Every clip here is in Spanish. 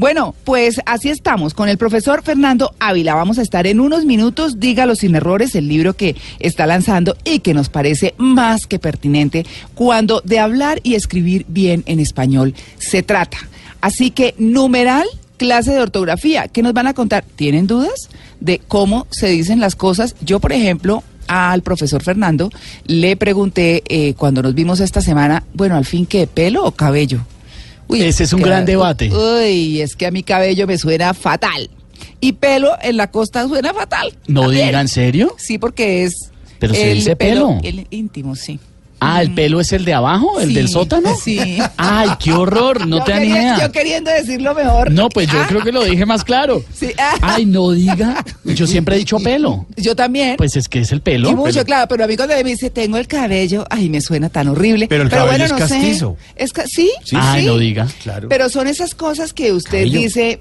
Bueno, pues así estamos con el profesor Fernando Ávila. Vamos a estar en unos minutos, Dígalo sin errores, el libro que está lanzando y que nos parece más que pertinente cuando de hablar y escribir bien en español se trata. Así que, numeral, clase de ortografía. ¿Qué nos van a contar? ¿Tienen dudas de cómo se dicen las cosas? Yo, por ejemplo, al profesor Fernando le pregunté cuando nos vimos esta semana, bueno, al fin, ¿qué? ¿Pelo o cabello? Uy, ese es un gran debate. Uy, es que a mi cabello me suena fatal. Y pelo en la costa suena fatal. No también. diga, ¿en serio? Sí, porque es... Pero se dice pelo. El íntimo, sí. Ah, ¿el pelo es el de abajo? ¿El del sótano? Sí. Ay, qué horror, no te da ni idea. Yo queriendo decirlo mejor. No, pues yo creo que lo dije más claro. Sí. Ay, no diga. Yo siempre he dicho pelo. Yo también. Pues es que es el pelo. Y mucho, claro, pero a mí cuando me dice, tengo el cabello, ay, me suena tan horrible. Pero el cabello es castizo. ¿Sí? Ay, no diga. Claro. Pero son esas cosas que usted Cabello. dice...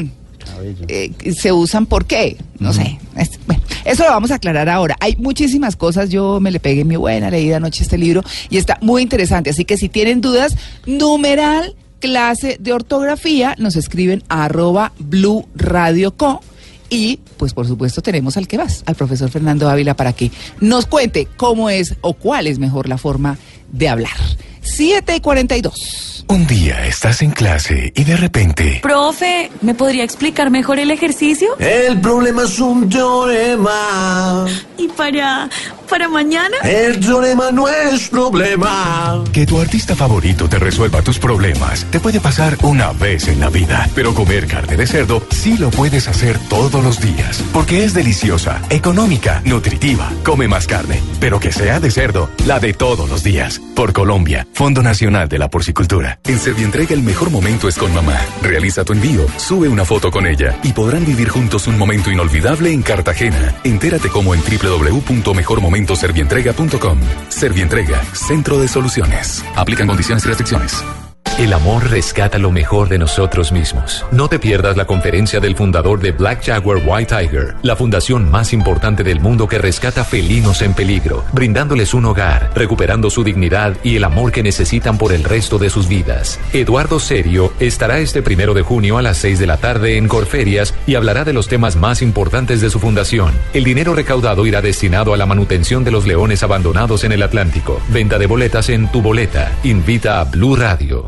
se usan ¿por qué? No sé. Bueno, eso lo vamos a aclarar ahora. Hay muchísimas cosas. Yo me le pegué mi buena leída anoche este libro y está muy interesante. Así que si tienen dudas, numeral clase de ortografía, nos escriben a @Blue Radio Co. Y, pues, por supuesto, tenemos al que vas, al profesor Fernando Ávila, para que nos cuente cómo es o cuál es mejor la forma de hablar. 7:42. Un día estás en clase y de repente... Profe, ¿me podría explicar mejor el ejercicio? El problema es un teorema. ¿Y para mañana? El teorema no es problema. Que tu artista favorito te resuelva tus problemas te puede pasar una vez en la vida, pero comer carne de cerdo sí lo puedes hacer todos los días, porque es deliciosa, económica, nutritiva. Come más carne, pero que sea de cerdo, la de todos los días. Por Colombia, Fondo Nacional de la Porcicultura. En Servientrega el mejor momento es con mamá. Realiza tu envío, sube una foto con ella y podrán vivir juntos un momento inolvidable en Cartagena. Entérate cómo en www.mejormomentoservientrega.com. Servientrega, Centro de Soluciones. Aplican condiciones y restricciones. El amor rescata lo mejor de nosotros mismos. No te pierdas la conferencia del fundador de Black Jaguar White Tiger, la fundación más importante del mundo que rescata felinos en peligro, brindándoles un hogar, recuperando su dignidad y el amor que necesitan por el resto de sus vidas. Eduardo Serio estará este 1 de junio a las 6 de la tarde en Corferias y hablará de los temas más importantes de su fundación. El dinero recaudado irá destinado a la manutención de los leones abandonados en el Atlántico. Venta de boletas en Tu Boleta. Invita a Blue Radio.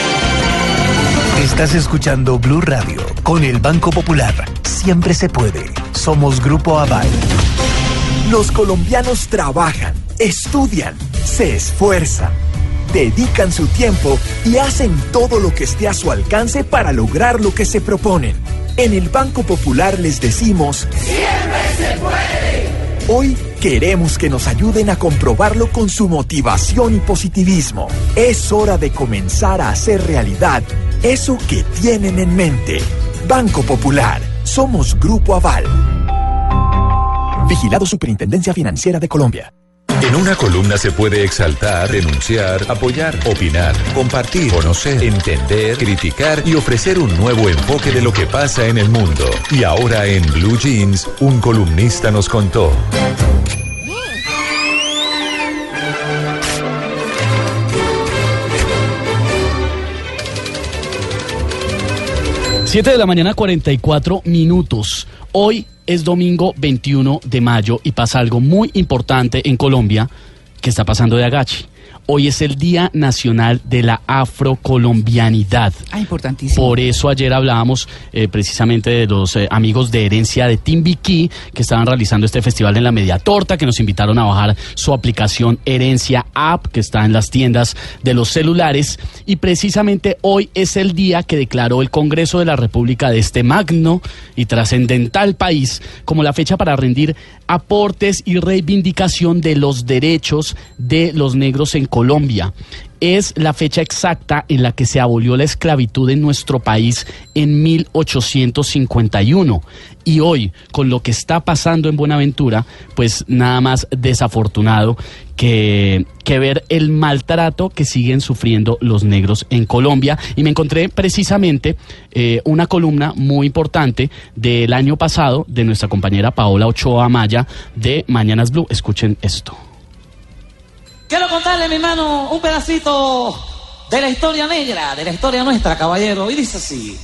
Estás escuchando Blue Radio con el Banco Popular. Siempre se puede. Somos Grupo Aval. Los colombianos trabajan, estudian, se esfuerzan, dedican su tiempo y hacen todo lo que esté a su alcance para lograr lo que se proponen. En el Banco Popular les decimos: ¡siempre se puede! Hoy queremos que nos ayuden a comprobarlo con su motivación y positivismo. Es hora de comenzar a hacer realidad eso que tienen en mente. Banco Popular. Somos Grupo Aval. Vigilado Superintendencia Financiera de Colombia. En una columna se puede exaltar, denunciar, apoyar, opinar, compartir, conocer, entender, criticar y ofrecer un nuevo enfoque de lo que pasa en el mundo. Y ahora en Blue Jeans, un columnista nos contó. 7:44 a.m. Hoy es domingo 21 de mayo y pasa algo muy importante en Colombia que está pasando de agache. Hoy es el Día Nacional de la Afrocolombianidad. Ah, importantísimo. Por eso ayer hablábamos precisamente de los amigos de Herencia de Timbiquí, que estaban realizando este festival en la Media Torta, que nos invitaron a bajar su aplicación Herencia App, que está en las tiendas de los celulares. Y precisamente hoy es el día que declaró el Congreso de la República de este magno y trascendental país como la fecha para rendir aportes y reivindicación de los derechos de los negros en Colombia. Es la fecha exacta en la que se abolió la esclavitud en nuestro país en 1851. Y hoy, con lo que está pasando en Buenaventura, pues nada más desafortunado que ver el maltrato que siguen sufriendo los negros en Colombia. Y me encontré precisamente una columna muy importante del año pasado de nuestra compañera Paola Ochoa Amaya de Mañanas Blue. Escuchen esto. Quiero contarle, mi hermano, un pedacito de la historia negra, de la historia nuestra, caballero. Y dice así.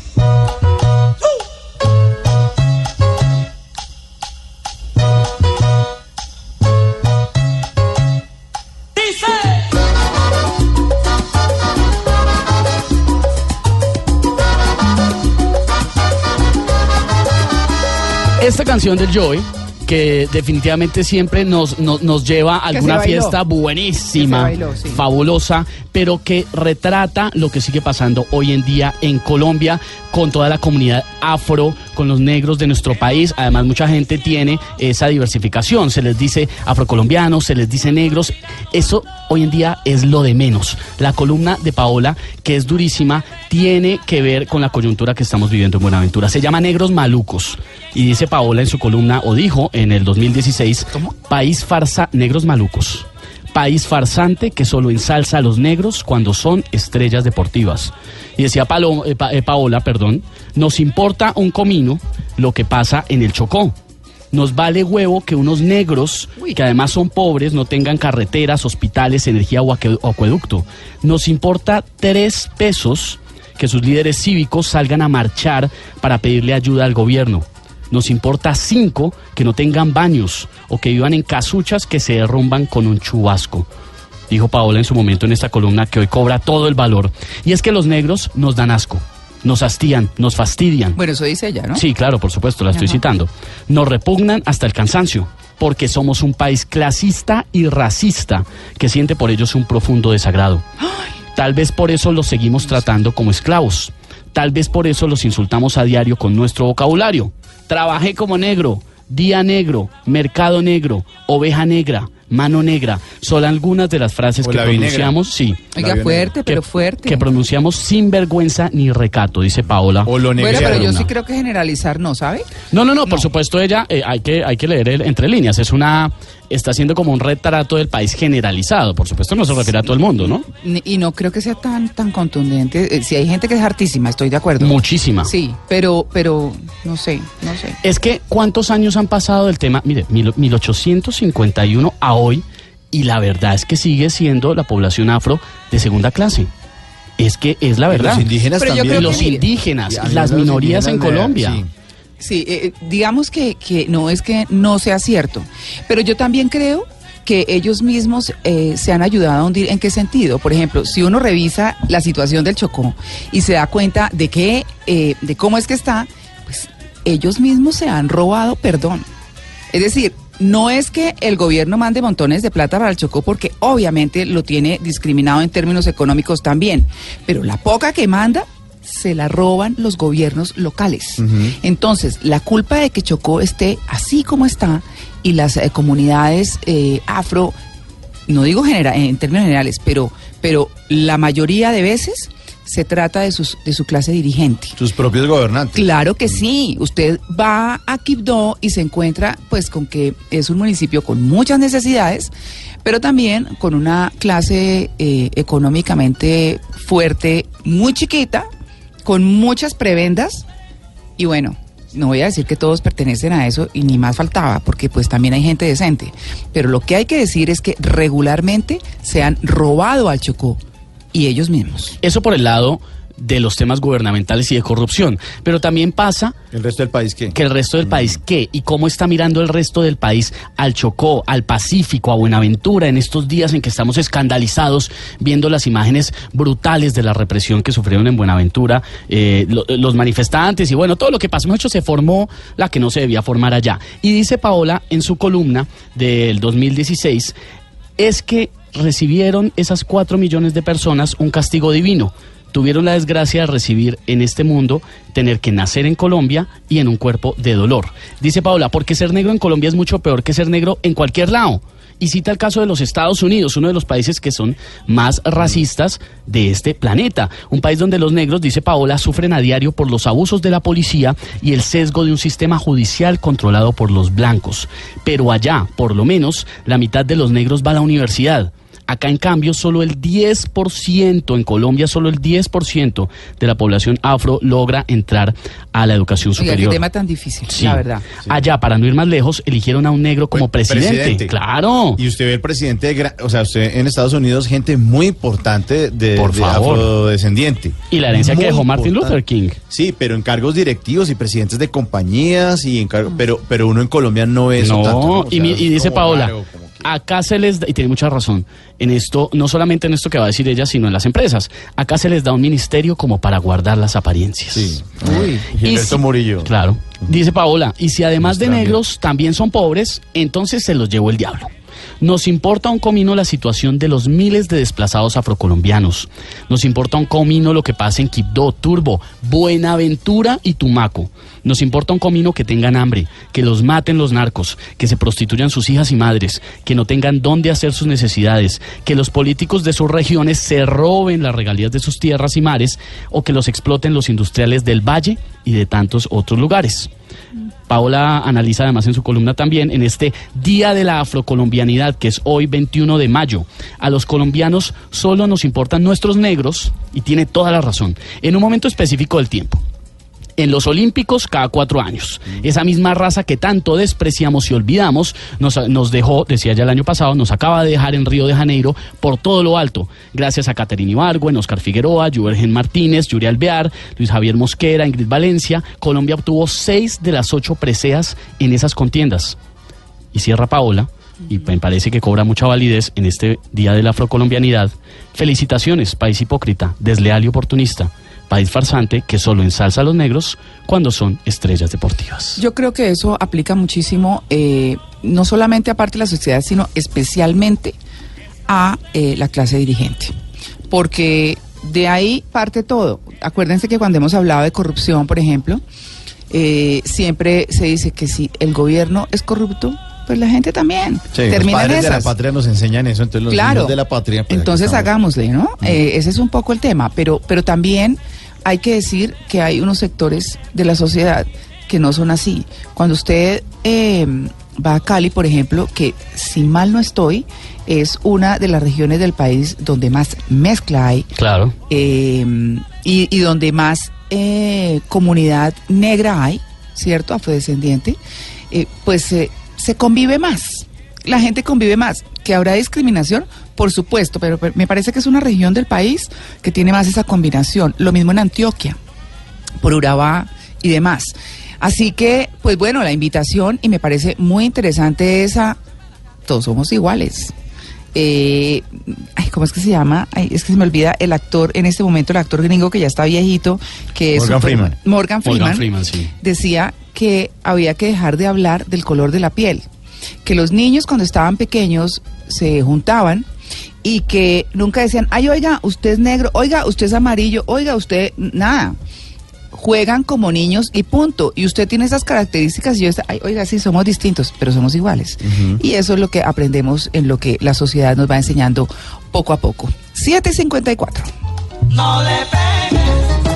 Esta canción del Joey, que definitivamente siempre nos lleva a alguna fiesta buenísima, bailó, sí, fabulosa, pero que retrata lo que sigue pasando hoy en día en Colombia con toda la comunidad afro, con los negros de nuestro país. Además, mucha gente tiene esa diversificación, se les dice afrocolombianos, se les dice negros. Eso hoy en día es lo de menos. La columna de Paola, que es durísima, tiene que ver con la coyuntura que estamos viviendo en Buenaventura. Se llama Negros Malucos. Y dice Paola en su columna, o dijo en el 2016, ¿cómo? País farsa, negros malucos. País farsante que solo ensalza a los negros cuando son estrellas deportivas. Y decía Paola, nos importa un comino lo que pasa en el Chocó. Nos vale huevo que unos negros, que además son pobres, no tengan carreteras, hospitales, energía o acueducto. Nos importa 3 pesos que sus líderes cívicos salgan a marchar para pedirle ayuda al gobierno. Nos importa 5 que no tengan baños o que vivan en casuchas que se derrumban con un chubasco. Dijo Paola en su momento en esta columna que hoy cobra todo el valor. Y es que los negros nos dan asco, nos hastían, nos fastidian. Bueno, eso dice ella, ¿no? Sí, claro, por supuesto, la estoy citando. Nos repugnan hasta el cansancio, porque somos un país clasista y racista que siente por ellos un profundo desagrado. Tal vez por eso los seguimos tratando como esclavos. Tal vez por eso los insultamos a diario con nuestro vocabulario. Trabajé como negro, día negro, mercado negro, oveja negra, mano negra. Son algunas de las frases que pronunciamos, sí. Oiga, fuerte, pero fuerte. Que pronunciamos sin vergüenza ni recato, dice Paola. O lo bueno, pero yo sí creo que generalizar no, ¿sabe? No, por supuesto ella, hay que leer entre líneas. Está haciendo como un retrato del país generalizado. Por supuesto no se refiere a todo el mundo, ¿no? Y no creo que sea tan contundente. Si hay gente que es hartísima, estoy de acuerdo. Muchísima. Sí, pero no sé. Es que ¿cuántos años han pasado del tema? Mire, 1851 a hoy, y la verdad es que sigue siendo la población afro de segunda clase. Es que es la verdad. Los indígenas pero también. Los indígenas, las minorías en Colombia. Sí. Sí, digamos que no es que no sea cierto, pero yo también creo que ellos mismos se han ayudado a hundir. ¿En qué sentido? Por ejemplo, si uno revisa la situación del Chocó y se da cuenta de cómo es que está, pues ellos mismos se han robado perdón. Es decir, no es que el gobierno mande montones de plata para el Chocó, porque obviamente lo tiene discriminado en términos económicos también, pero la poca que manda se la roban los gobiernos locales. Entonces, la culpa de que Chocó esté así como está y las comunidades afro, no digo en términos generales, pero la mayoría de veces se trata de su clase dirigente. Sus propios gobernantes. Claro que sí. Usted va a Quibdó y se encuentra pues con que es un municipio con muchas necesidades, pero también con una clase económicamente fuerte, muy chiquita, con muchas prebendas, y bueno, no voy a decir que todos pertenecen a eso, y ni más faltaba, porque pues también hay gente decente, pero lo que hay que decir es que regularmente se han robado al Chocó, y ellos mismos. Eso por el lado de los temas gubernamentales y de corrupción, pero también pasa... ¿El resto del país qué? Que el resto del país qué, y cómo está mirando el resto del país al Chocó, al Pacífico, a Buenaventura, en estos días en que estamos escandalizados viendo las imágenes brutales de la represión que sufrieron en Buenaventura, los manifestantes y bueno, todo lo que pasó. Mucho se formó la que no se debía formar allá. Y dice Paola en su columna del 2016, es que recibieron esas 4 millones de personas un castigo divino. Tuvieron la desgracia de recibir en este mundo, tener que nacer en Colombia y en un cuerpo de dolor. Dice Paola, porque ser negro en Colombia es mucho peor que ser negro en cualquier lado. Y cita el caso de los Estados Unidos, uno de los países que son más racistas de este planeta. Un país donde los negros, dice Paola, sufren a diario por los abusos de la policía y el sesgo de un sistema judicial controlado por los blancos. Pero allá, por lo menos, la mitad de los negros va a la universidad. Acá, en cambio, solo el 10%, en Colombia, solo el 10% de la población afro logra entrar a la educación Oiga, superior. qué tema tan difícil, Sí. la verdad. Sí. Allá, para no ir más lejos, eligieron a un negro como presidente. Claro. Y usted ve el presidente, o sea, usted en Estados Unidos, gente muy importante Por de favor. afrodescendiente. Y la herencia que Muy dejó Martin importante. Luther King. Sí, pero en cargos directivos y presidentes de compañías y pero uno en Colombia no ve eso No, tanto, ¿no? O sea, y es dice como Paola, raro, como que- acá se les da, y tiene mucha razón, en esto, no solamente en esto que va a decir ella, sino en las empresas, acá se les da un ministerio como para guardar las apariencias. Sí. Uy. Gilberto si- Murillo. Claro. Dice Paola, y si además de Nuestra negros también son pobres, entonces se los llevó el diablo. Nos importa un comino la situación de los miles de desplazados afrocolombianos. Nos importa un comino lo que pasa en Quibdó, Turbo, Buenaventura y Tumaco. Nos importa un comino que tengan hambre, que los maten los narcos, que se prostituyan sus hijas y madres, que no tengan dónde hacer sus necesidades, que los políticos de sus regiones se roben las regalías de sus tierras y mares o que los exploten los industriales del Valle y de tantos otros lugares. Paola analiza además en su columna también en este Día de la Afrocolombianidad, que es hoy 21 de mayo. A los colombianos solo nos importan nuestros negros, y tiene toda la razón, en un momento específico del tiempo. En los Olímpicos cada 4 años. Esa misma raza que tanto despreciamos y olvidamos nos dejó, decía ya el año pasado, nos acaba de dejar en Río de Janeiro por todo lo alto. Gracias a Caterina Ibargüen, Oscar Figueroa, Juergen Martínez, Yuri Alvear, Luis Javier Mosquera, Ingrid Valencia, Colombia obtuvo 6 de las 8 preseas en esas contiendas. Y cierra Paola, y me parece que cobra mucha validez en este Día de la Afrocolombianidad. Felicitaciones, país hipócrita, desleal y oportunista. País farsante que solo ensalza a los negros cuando son estrellas deportivas. Yo creo que eso aplica muchísimo, no solamente a parte de la sociedad, sino especialmente a la clase dirigente. Porque de ahí parte todo. Acuérdense que cuando hemos hablado de corrupción, por ejemplo, siempre se dice que si el gobierno es corrupto, pues la gente también. Sí, los Terminan padres de la esas. patria nos enseñan eso, entonces los Claro. niños de la patria. pues, Entonces aquí estamos. hagámosle, ¿no? Ese es un poco el tema, pero también hay que decir que hay unos sectores de la sociedad que no son así. Cuando usted va a Cali, por ejemplo, que si mal no estoy, es una de las regiones del país donde más mezcla hay. Claro. Y donde más comunidad negra hay, ¿cierto? Afrodescendiente, pues se convive más. La gente convive más. ¿Que habrá discriminación? Por supuesto, pero me parece que es una región del país que tiene más esa combinación. Lo mismo en Antioquia, por Urabá y demás. Así que, pues bueno, la invitación, y me parece muy interesante esa, todos somos iguales. ¿Cómo es que se llama? Es que se me olvida el actor, en este momento el actor gringo que ya está viejito, que es Morgan Freeman. Morgan Freeman, sí. Decía que había que dejar de hablar del color de la piel, que los niños cuando estaban pequeños se juntaban y que nunca decían, ay, oiga, usted es negro, oiga, usted es amarillo, oiga, usted, nada. Juegan como niños y punto. Y usted tiene esas características y yo, ay, oiga, sí, somos distintos, pero somos iguales. Y eso es lo que aprendemos en lo que la sociedad nos va enseñando poco a poco. 7:54. No le pegues.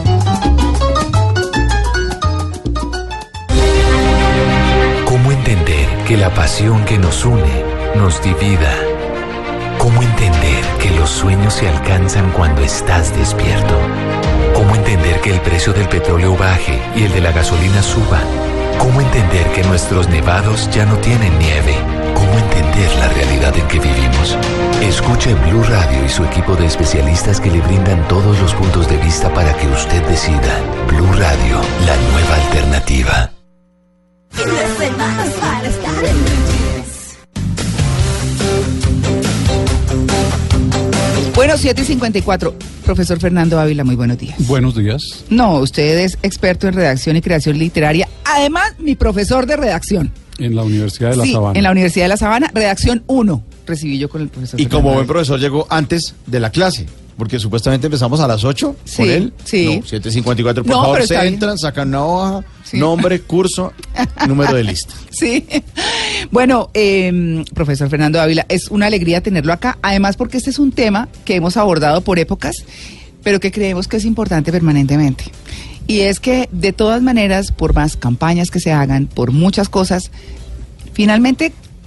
¿Cómo entender que la pasión que nos une nos divida? ¿Cómo entender que los sueños se alcanzan cuando estás despierto? ¿Cómo entender que el precio del petróleo baje y el de la gasolina suba? ¿Cómo entender que nuestros nevados ya no tienen nieve? ¿Cómo entender la realidad en que vivimos? Escuche Blue Radio y su equipo de especialistas que le brindan todos los puntos de vista para que usted decida. Blue Radio, la nueva alternativa. Bueno, 7:54. Profesor Fernando Ávila, muy buenos días. Buenos días. No, usted es experto en redacción y creación literaria. Además, mi profesor de redacción. En la Universidad de La Sí, Sabana. en la Universidad de La Sabana, redacción 1. Recibí yo con el profesor. Y Fernando como buen Ávila. profesor llegó antes de la clase, porque supuestamente empezamos a las 8 Sí, con él. sí. No, 7:54, por No, favor, pero está se bien. entran, sacan una hoja, Sí. nombre, curso, número de lista. Sí. Bueno, profesor Fernando Ávila, es una alegría tenerlo acá. Además, porque este es un tema que hemos abordado por épocas, pero que creemos que es importante permanentemente. Y es que, de todas maneras, por más campañas que se hagan, por muchas cosas, finalmente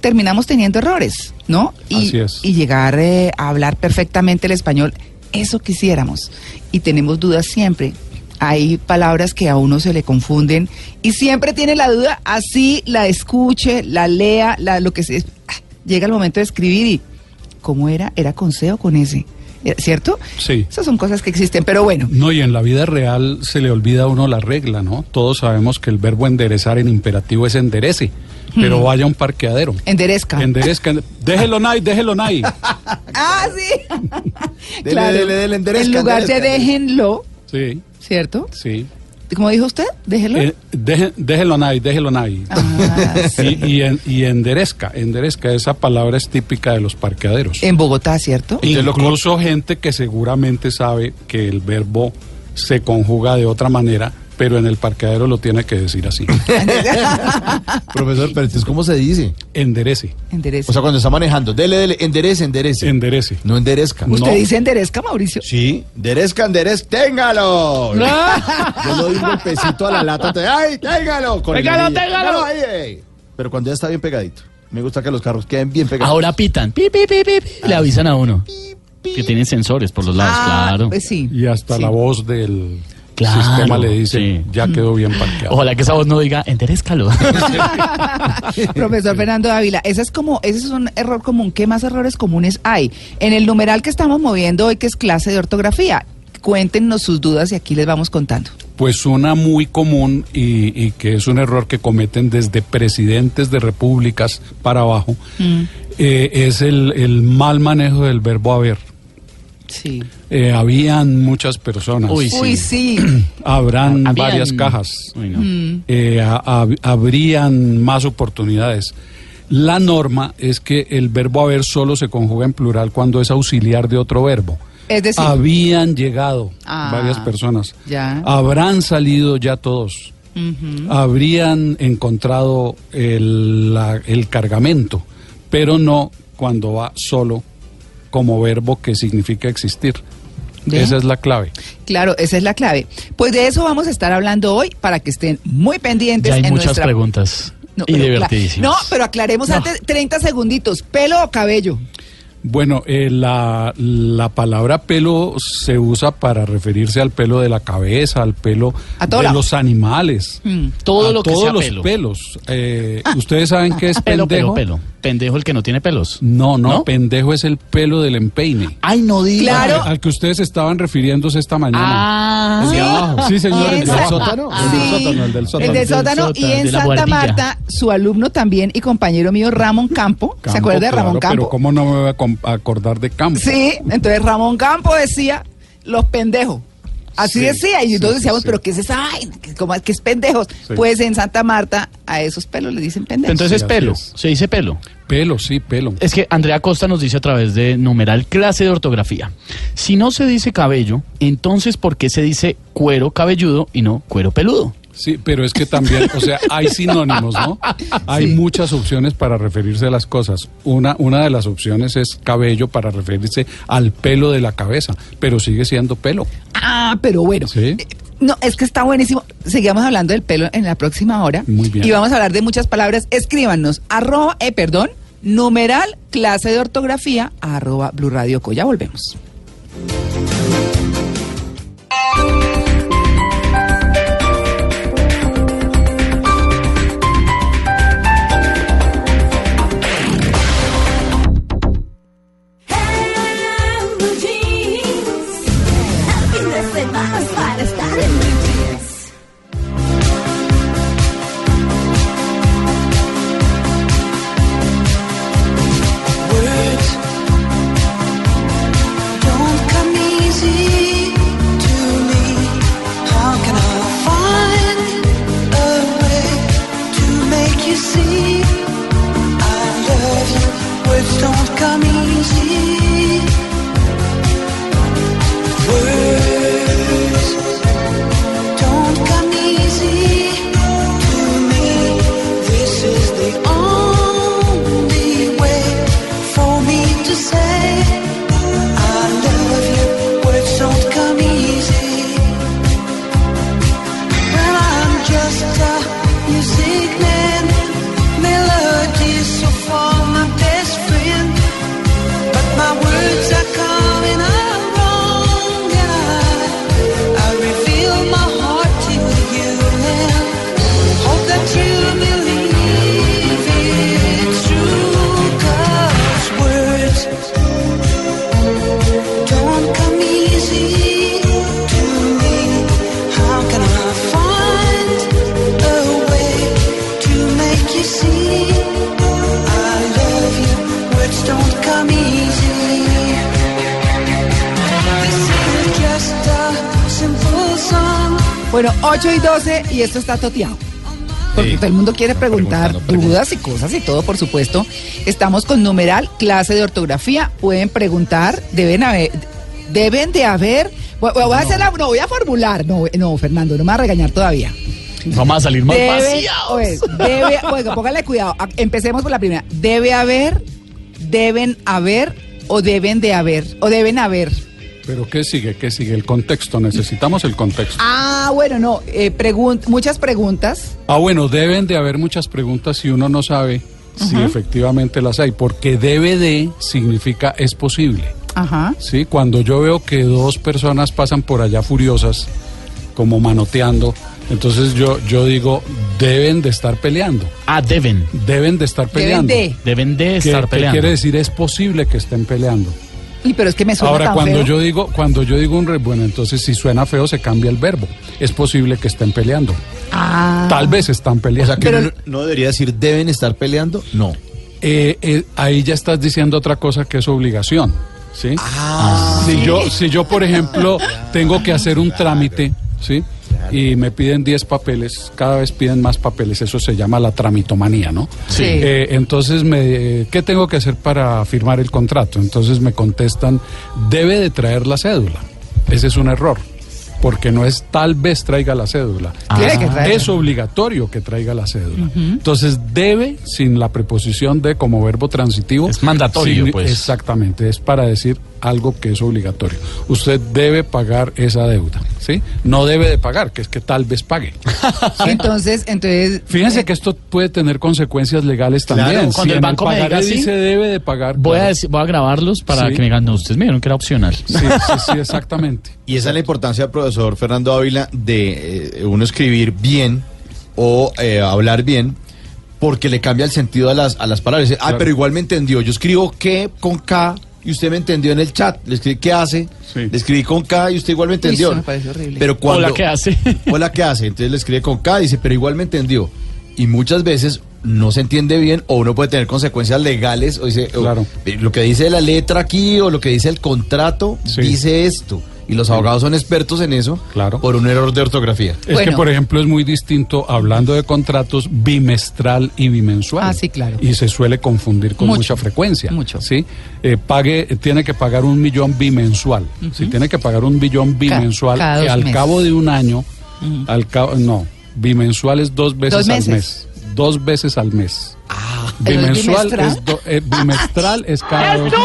terminamos teniendo errores, ¿no? Así es. Y llegar a hablar perfectamente el español, eso quisiéramos. Y tenemos dudas siempre. Hay palabras que a uno se le confunden y siempre tiene la duda, así la escuche, la lea, lo que sea. Llega el momento de escribir y ¿cómo era? ¿Era con C o con S? ¿Cierto? Sí. Esas son cosas que existen, pero bueno. No, y en la vida real se le olvida a uno la regla, ¿no? Todos sabemos que el verbo enderezar en imperativo es enderece, pero vaya a un parqueadero. Enderezca. Déjelo ahí. Ah, sí. Claro. Dele, enderezca, en lugar de enderezca. déjenlo, Sí, ¿cierto? sí. ¿Cómo dijo usted? Déjelo. Déjelo ahí. Ah, sí. Y enderezca, esa palabra es típica de los parqueaderos. En Bogotá, ¿cierto? Incluso gente que seguramente sabe que el verbo se conjuga de otra manera, pero en el parqueadero lo tiene que decir así. Profesor, pero entonces, ¿cómo se dice? Enderece. Enderece. O sea, cuando está manejando, dele, enderece. Enderece. No enderezca. ¿Usted no. dice enderezca, Mauricio? Sí, enderezca, téngalo. Yo le doy un golpecito a la lata, ¡ay, téngalo! Téngalo ahí. Pero cuando ya está bien pegadito. Me gusta que los carros queden bien pegados. Ahora pitan, pi, pi, pi, pi, pi, le avisan a uno. Que tienen sensores por los lados, claro. Pues sí. Y hasta Sí. la voz del Claro, sistema le dice, sí. ya quedó bien parqueado. Ojalá que esa voz no diga, enderezcalo. Profesor Fernando Ávila, ese es un error común. ¿Qué más errores comunes hay? En el numeral que estamos moviendo hoy, que es clase de ortografía, cuéntenos sus dudas y aquí les vamos contando. Pues una muy común y que es un error que cometen desde presidentes de repúblicas para abajo, es el mal manejo del verbo haber. Sí. Habían muchas personas. Uy, sí. Uy, sí. Habrán Habían- varias cajas. Uy, no. Habrían más oportunidades. La norma es que el verbo haber solo se conjuga en plural cuando es auxiliar de otro verbo. Es decir, Habían llegado Ah, varias personas. ya. Habrán salido ya todos. Habrían encontrado el cargamento, pero no cuando va solo como verbo que significa existir. ¿Ve? Esa es la clave. claro, esa es la clave. Pues de eso vamos a estar hablando hoy para que estén muy pendientes. Ya hay en muchas nuestra... preguntas No, y pero divertidísimas. No, pero aclaremos antes, 30 segunditos. ¿Pelo o cabello? Bueno, la palabra pelo se usa para referirse al pelo de la cabeza, al pelo A todo de lado. los animales. Todo a lo que todos sea los pelo. pelos. ¿Ustedes saben qué es Pelo, pendejo? pelo. Pendejo el que no tiene pelos. No, ¿No? pendejo es el pelo del empeine. Ay, no diga. Claro. Al que ustedes estaban refiriéndose esta mañana. Ah, El de abajo. Sí, señor, el del Esa- sótano. Sí. El del sótano, el del sótano. El del sótano y en de la Santa buhardilla. Marta, su alumno también y compañero mío, Ramón Campo. ¿Se Campo, acuerda de Ramón claro, Campo? Pero ¿cómo no me voy a acordar de Campo? Sí, entonces Ramón Campo decía los pendejos. Así Sí, decía, y entonces sí, decíamos, sí. pero ¿qué es esa vaina? ¿Cómo es que es pendejos? Sí. Pues en Santa Marta a esos pelos le dicen pendejos. entonces Sí, es pelo. así es. Se dice pelo. Pelo, sí, pelo. Es que Andrea Costa nos dice a través de numeral clase de ortografía. Si no se dice cabello, entonces ¿por qué se dice cuero cabelludo y no cuero peludo? Sí, pero es que también, o sea, hay sinónimos, ¿no? Hay muchas opciones para referirse a las cosas. Una de las opciones es cabello para referirse al pelo de la cabeza, pero sigue siendo pelo. Ah, pero bueno. Sí. No, es que está buenísimo. Seguimos hablando del pelo en la próxima hora. Muy bien. Y vamos a hablar de muchas palabras. Escríbanos, numeral, clase de ortografía, @Blue Radio Co. Ya volvemos. Bueno, 8:12 y esto está toteado. Porque Sí. todo el mundo quiere preguntar Preguntando. dudas y cosas y todo, por supuesto. Estamos con numeral, clase de ortografía. Pueden preguntar, deben de haber. Voy a hacer no voy a formular. No, Fernando, no me va a regañar todavía. Vamos a salir más Debe, bueno, póngale cuidado. Empecemos por la primera. Debe haber, deben haber o deben de haber o deben haber. Pero ¿qué sigue? ¿Qué sigue? El contexto, necesitamos el contexto. Bueno, no, muchas preguntas. Bueno, deben de haber muchas preguntas si uno no sabe si efectivamente las hay, porque debe de significa es posible. Ajá. Sí, cuando yo veo que dos personas pasan por allá furiosas, como manoteando, entonces yo digo, deben de estar peleando. Deben. Deben de estar peleando. Deben de ¿Qué estar peleando. quiere decir? Es posible que estén peleando. Pero es que me suena Ahora, tan cuando feo. yo digo bueno, entonces si suena feo se cambia el verbo. Es posible que estén peleando. Tal vez están O peleando. sea, que uno no debería decir deben estar peleando. No. Ahí ya estás diciendo otra cosa que es obligación, ¿sí? Si yo, por ejemplo, tengo que hacer un trámite, ¿sí? Y me piden 10 papeles, cada vez piden más papeles, eso se llama la tramitomanía, ¿no? Sí. Entonces, ¿qué tengo que hacer para firmar el contrato? Entonces me contestan, debe de traer la cédula. Ese es un error, porque no es tal vez traiga la cédula. Tiene que traerla. Es obligatorio que traiga la cédula. Entonces, debe, sin la preposición de como verbo transitivo. Es mandatorio, pues. Exactamente, es para decir algo que es obligatorio. Usted debe pagar esa deuda, ¿sí? No debe de pagar, que es que tal vez pague. Entonces. Fíjense que esto puede tener consecuencias legales también. Claro, cuando el banco me diga pagaré así, dice debe de pagar. Voy claro. a grabarlos para Sí. que me digan, no, ustedes me dijeron que era opcional. Sí, exactamente. Y esa es la importancia, profesor Fernando Ávila, de uno escribir bien o hablar bien, porque le cambia el sentido a las palabras. Dice, Claro. pero igual me entendió. Yo escribo que con K y usted me entendió en el chat. Le escribí qué hace, Sí. le escribí con K y usted igual me entendió. eso me parece horrible. Pero cuando, Hola, ¿qué hace? Hola, ¿qué hace? Entonces le escribe con K y dice, pero igual me entendió. Y muchas veces no se entiende bien o uno puede tener consecuencias legales. O dice, Claro. lo que dice la letra aquí o lo que dice el contrato Sí. dice esto. Y los abogados son expertos en eso Claro. por un error de ortografía. Es Bueno. que, por ejemplo, es muy distinto, hablando de contratos, bimestral y bimensual. Sí, claro. Y se suele confundir con Mucho. mucha frecuencia. Mucho. ¿Sí? Tiene que pagar 1 millón bimensual. Si tiene que pagar 1 millón bimensual, cada 2 al meses. cabo de un año, bimensual es 2 veces 2 al meses. mes. 2 veces al mes. ¿Pero es Bimensual bimestral? bimestral es cada 2 meses.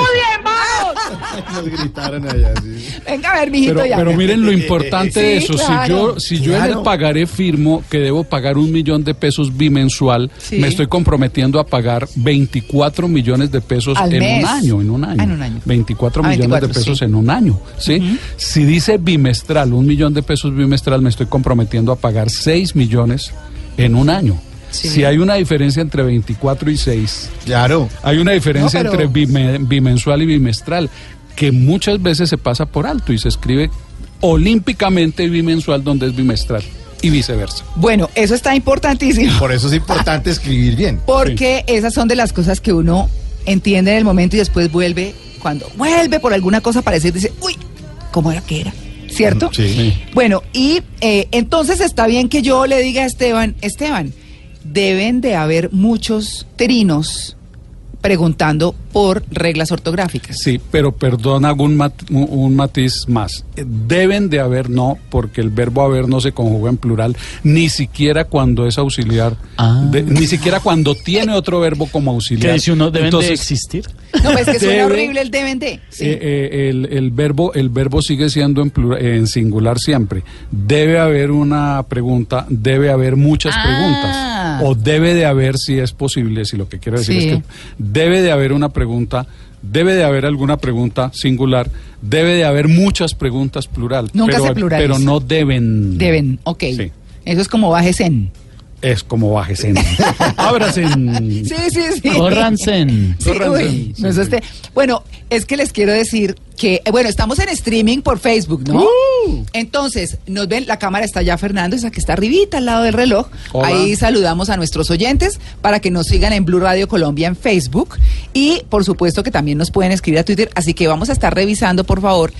Nos gritaron allá, sí. Venga a ver, mijito, ya. Pero miren lo importante de Sí, eso. claro. Si yo en Claro. el pagaré firmo que debo pagar 1 millón de pesos bimensual, Sí. me estoy comprometiendo a pagar 24 millones de pesos Al en mes. un año. En un año. En un año. 24 Ah, millones 24, de pesos sí. en un año. ¿Sí? Si dice bimestral, 1 millón de pesos bimestral, me estoy comprometiendo a pagar 6 millones en un año. Sí. Si hay una diferencia entre 24 y 6, Claro. hay una diferencia No, pero- entre bimensual y bimestral que muchas veces se pasa por alto y se escribe olímpicamente bimensual donde es bimestral y viceversa. Bueno, eso está importantísimo. Por eso es importante escribir bien. Porque esas son de las cosas que uno entiende en el momento y después vuelve, cuando vuelve por alguna cosa para decir, dice, uy, ¿cómo era que era? ¿Cierto? Sí. Bueno, y entonces está bien que yo le diga a Esteban, deben de haber muchos trinos preguntando por reglas ortográficas. Sí, pero perdón, hago un matiz más. Deben de haber, no, porque el verbo haber no se conjuga en plural, ni siquiera cuando es auxiliar, ni siquiera cuando tiene otro verbo como auxiliar. ¿Qué dice uno? ¿Deben Entonces, de existir? No, es que suena Debe- horrible el deben de. Sí. el verbo sigue siendo en singular siempre. Debe haber una pregunta, debe haber muchas preguntas. O debe de haber, si es posible, si lo que quiero decir Sí. es que debe de haber una pregunta, debe de haber alguna pregunta singular, debe de haber muchas preguntas plural. Nunca pero, se pluraliza. pero no deben. Deben, ok. Sí. Eso es como bájese en. Es como bájese. Ábrase. Sí. Córranse. Sí, Córranse. uy, Sí, no, eso sí. Bueno, es que les quiero decir que, bueno, estamos en streaming por Facebook, ¿no? Entonces, nos ven, la cámara está allá, Fernando, esa que está arribita al lado del reloj. Hola. Ahí saludamos a nuestros oyentes para que nos sigan en Blue Radio Colombia en Facebook y, por supuesto, que también nos pueden escribir a Twitter, así que vamos a estar revisando, por favor,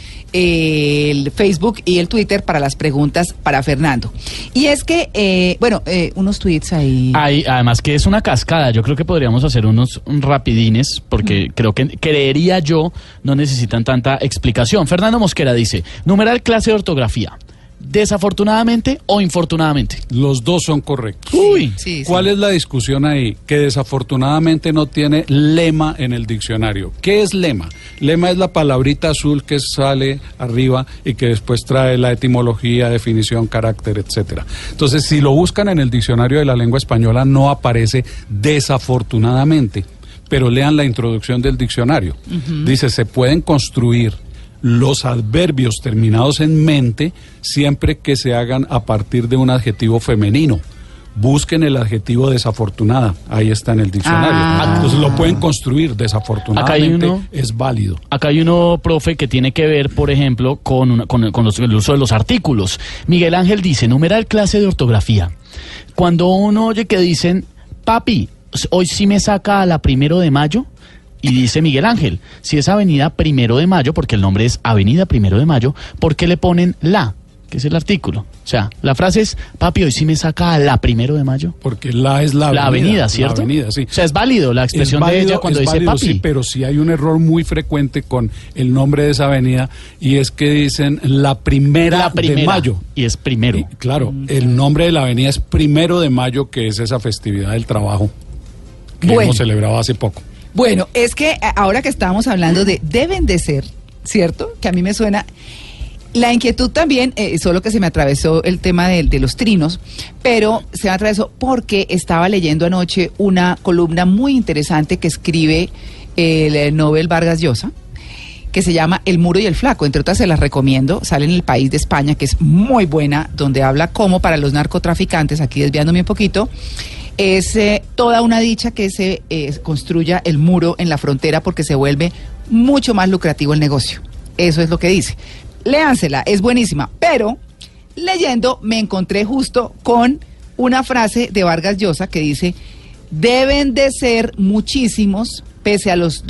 el Facebook y el Twitter para las preguntas para Fernando. Y es que, unos tweets ahí. Además que es una cascada, yo creo que podríamos hacer unos rapidines, porque creo que, creería yo, no necesitan tanta explicación. Fernando Mosquera dice, numeral clase de ortografía, ¿desafortunadamente o infortunadamente? Los dos son correctos. Uy, Sí, ¿Cuál es la discusión ahí? Que desafortunadamente no tiene lema en el diccionario. ¿Qué es lema? Lema es la palabrita azul que sale arriba y que después trae la etimología, definición, carácter, etcétera. Entonces, si lo buscan en el diccionario de la lengua española, no aparece desafortunadamente, pero lean la introducción del diccionario. Dice, se pueden construir los adverbios terminados en mente siempre que se hagan a partir de un adjetivo femenino. Busquen el adjetivo desafortunada, ahí está en el diccionario. Entonces lo pueden construir, desafortunadamente es válido. Acá hay uno, profe, que tiene que ver, por ejemplo, con el uso de los artículos. Miguel Ángel dice, numeral clase de ortografía. Cuando uno oye que dicen, papi, hoy sí me saca a la 1 de mayo, y dice Miguel Ángel, si es avenida 1 de mayo, porque el nombre es avenida 1 de mayo, ¿por qué le ponen la? Que es el artículo. O sea, la frase es, papi, hoy sí me saca a la 1 de mayo. Porque la es la avenida, ¿cierto? La avenida, sí. O sea, es válido la expresión de ella cuando dice papi. Sí, pero sí hay un error muy frecuente con el nombre de esa avenida, y es que dicen la primera de mayo. Y es primero. Y, claro, el nombre de la avenida es 1 de mayo, que es esa festividad del trabajo que hemos celebrado hace poco. Bueno, es que ahora que estábamos hablando de deben de ser, ¿cierto? Que a mí me suena. La inquietud también, solo que se me atravesó el tema de los trinos, pero se me atravesó porque estaba leyendo anoche una columna muy interesante que escribe el Nobel Vargas Llosa, que se llama El Muro y el Flaco. Entre otras se las recomiendo, sale en El País de España, que es muy buena, donde habla cómo para los narcotraficantes, aquí desviándome un poquito, es toda una dicha que se construya el muro en la frontera porque se vuelve mucho más lucrativo el negocio. Eso es lo que dice. Léansela, es buenísima. Pero leyendo me encontré justo con una frase de Vargas Llosa que dice, deben de ser muchísimos, pese a los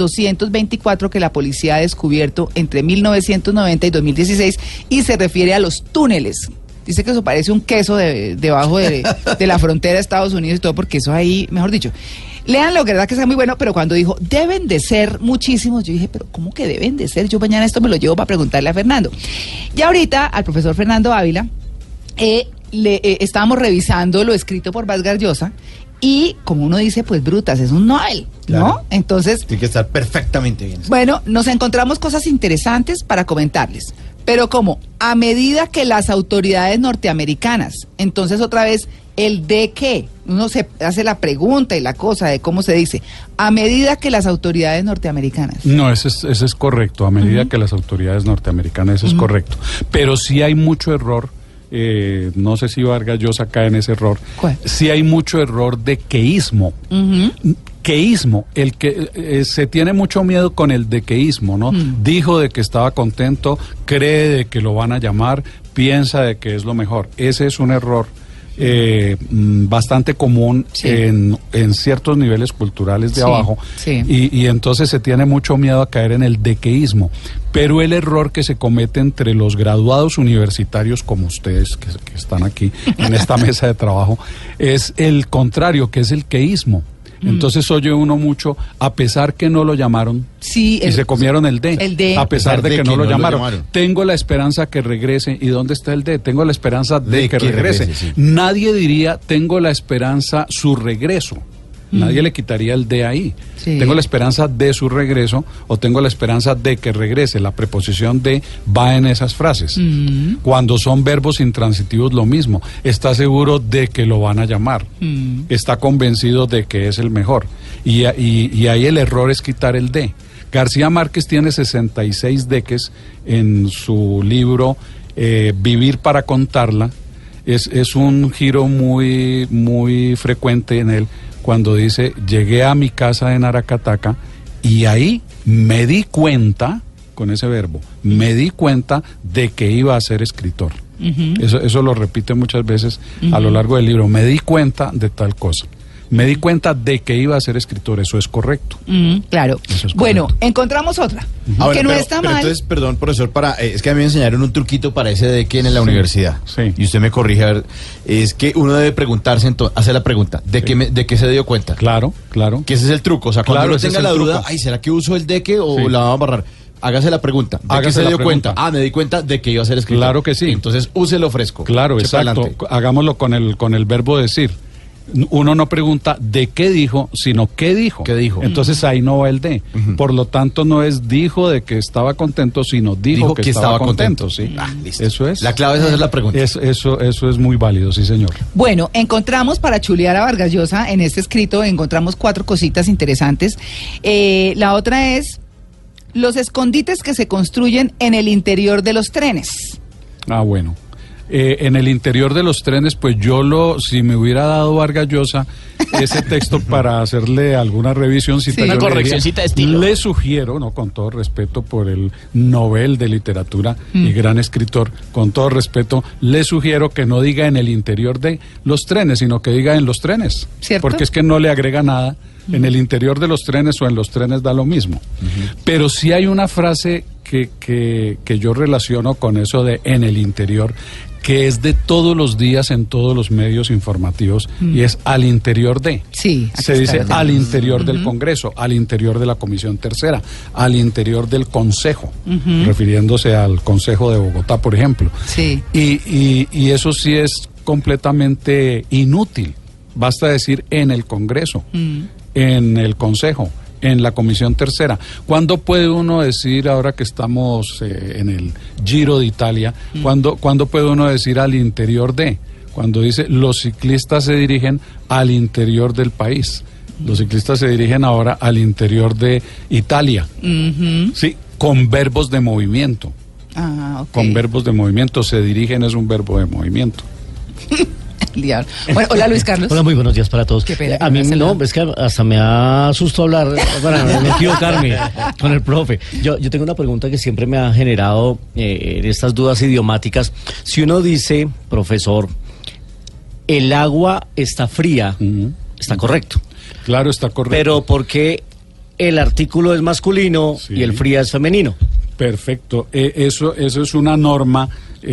224 que la policía ha descubierto entre 1990 y 2016, y se refiere a los túneles. Dice que eso parece un queso debajo de la frontera de Estados Unidos y todo, porque eso ahí, mejor dicho. Léanlo, que verdad que está muy bueno, pero cuando dijo, deben de ser muchísimos, yo dije, pero ¿cómo que deben de ser? Yo mañana esto me lo llevo para preguntarle a Fernando. Y ahorita, al profesor Fernando Ávila, estábamos revisando lo escrito por Vargas Llosa, y como uno dice, pues brutas, es un Nobel, ¿no? Claro. Entonces, tiene que estar perfectamente bien. Bueno, nos encontramos cosas interesantes para comentarles, pero como a medida que las autoridades norteamericanas, entonces otra vez el de qué, uno se hace la pregunta y la cosa de cómo se dice, a medida que las autoridades norteamericanas. No, ese es correcto, a medida que las autoridades norteamericanas, eso es correcto, pero sí hay mucho error. No sé si Vargas Llosa cae en ese error. ¿Cuál? Sí hay mucho error de queísmo. Queísmo, el que se tiene mucho miedo con el dequeísmo, ¿no? Dijo de que estaba contento, cree de que lo van a llamar, piensa de que es lo mejor. Ese es un error bastante común en ciertos niveles culturales de abajo, y entonces se tiene mucho miedo a caer en el dequeísmo. Pero el error que se comete entre los graduados universitarios como ustedes que están aquí en esta mesa de trabajo es el contrario, que es el queísmo. Entonces oye uno mucho, a pesar que no lo llamaron, y se comieron el D, a pesar de que no lo llamaron. Tengo la esperanza que regrese. ¿Y dónde está el D? Tengo la esperanza de que regrese. Nadie diría, tengo la esperanza su regreso. Nadie le quitaría el de ahí. Tengo la esperanza de su regreso o tengo la esperanza de que regrese. La preposición de va en esas frases. Cuando son verbos intransitivos, lo mismo. Está seguro de que lo van a llamar. Está convencido de que es el mejor. Y ahí el error es quitar el de. García Márquez tiene 66 deques en su libro Vivir para contarla. Es un giro muy, muy frecuente en él, cuando dice, llegué a mi casa en Aracataca y ahí me di cuenta, con ese verbo. Me di cuenta de que iba a ser escritor. Eso lo repite muchas veces a lo largo del libro. Me di cuenta de tal cosa. Me di cuenta de que iba a ser escritor. Eso es correcto. Claro. Eso es bueno, encontramos otra. Que no está mal. Entonces, perdón, profesor, es que a mí me enseñaron un truquito para ese de que en la universidad. Sí. Y usted me corrige, a ver, es que uno debe preguntarse, entonces, hacer la pregunta, ¿de qué se dio cuenta? Claro. Que ese es el truco. O sea, cuando Claro, uno ese tenga es la el duda, truco. ay, ¿será que uso el de qué o la va a barrar? Hágase la pregunta. ¿De qué se dio cuenta? Me di cuenta de que iba a ser escritor. Claro que sí. Entonces, úselo fresco. Claro, Eche exacto. pa'lante. Hagámoslo con el verbo decir. Uno no pregunta de qué dijo, sino qué dijo. ¿Qué dijo? Entonces ahí no va el de. Por lo tanto, no es dijo de que estaba contento, sino dijo que estaba contento. Sí. Listo. Eso es. La clave es hacer la pregunta. Eso es muy válido, sí, señor. Bueno, encontramos para chulear a Vargas Llosa en este escrito, encontramos 4 cositas interesantes. La otra es los escondites que se construyen en el interior de los trenes. Bueno. En el interior de los trenes, pues si me hubiera dado Vargas Llosa ese texto para hacerle alguna revisión, una correccioncita de estilo. Le sugiero, con todo respeto por el Nobel de Literatura y gran escritor, con todo respeto, le sugiero que no diga en el interior de los trenes, sino que diga en los trenes. ¿Cierto? Porque es que no le agrega nada. En el interior de los trenes o en los trenes da lo mismo. Pero sí hay una frase que yo relaciono con eso de en el interior, que es de todos los días en todos los medios informativos, y es al interior de. Sí. Se dice al interior del Congreso, al interior de la Comisión Tercera, al interior del Consejo, refiriéndose al Consejo de Bogotá, por ejemplo. Sí. Y eso sí es completamente inútil. Basta decir en el Congreso, en el Consejo, en la Comisión Tercera. ¿Cuándo puede uno decir, ahora que estamos en el Giro de Italia, ¿cuándo puede uno decir al interior de? Cuando dice los ciclistas se dirigen al interior del país. Los ciclistas se dirigen ahora al interior de Italia. Sí, con verbos de movimiento. Okay. Con verbos de movimiento. Se dirigen es un verbo de movimiento. Bueno, hola Luis Carlos. Hola, muy buenos días para todos. Qué pena. A mí no, es que hasta me da susto hablar para no equivocarme con el profe. Yo tengo una pregunta que siempre me ha generado en estas dudas idiomáticas. Si uno dice, profesor, el agua está fría, está correcto. Claro, está correcto. Pero ¿por qué el artículo es masculino y el fría es femenino? Perfecto. Eso es una norma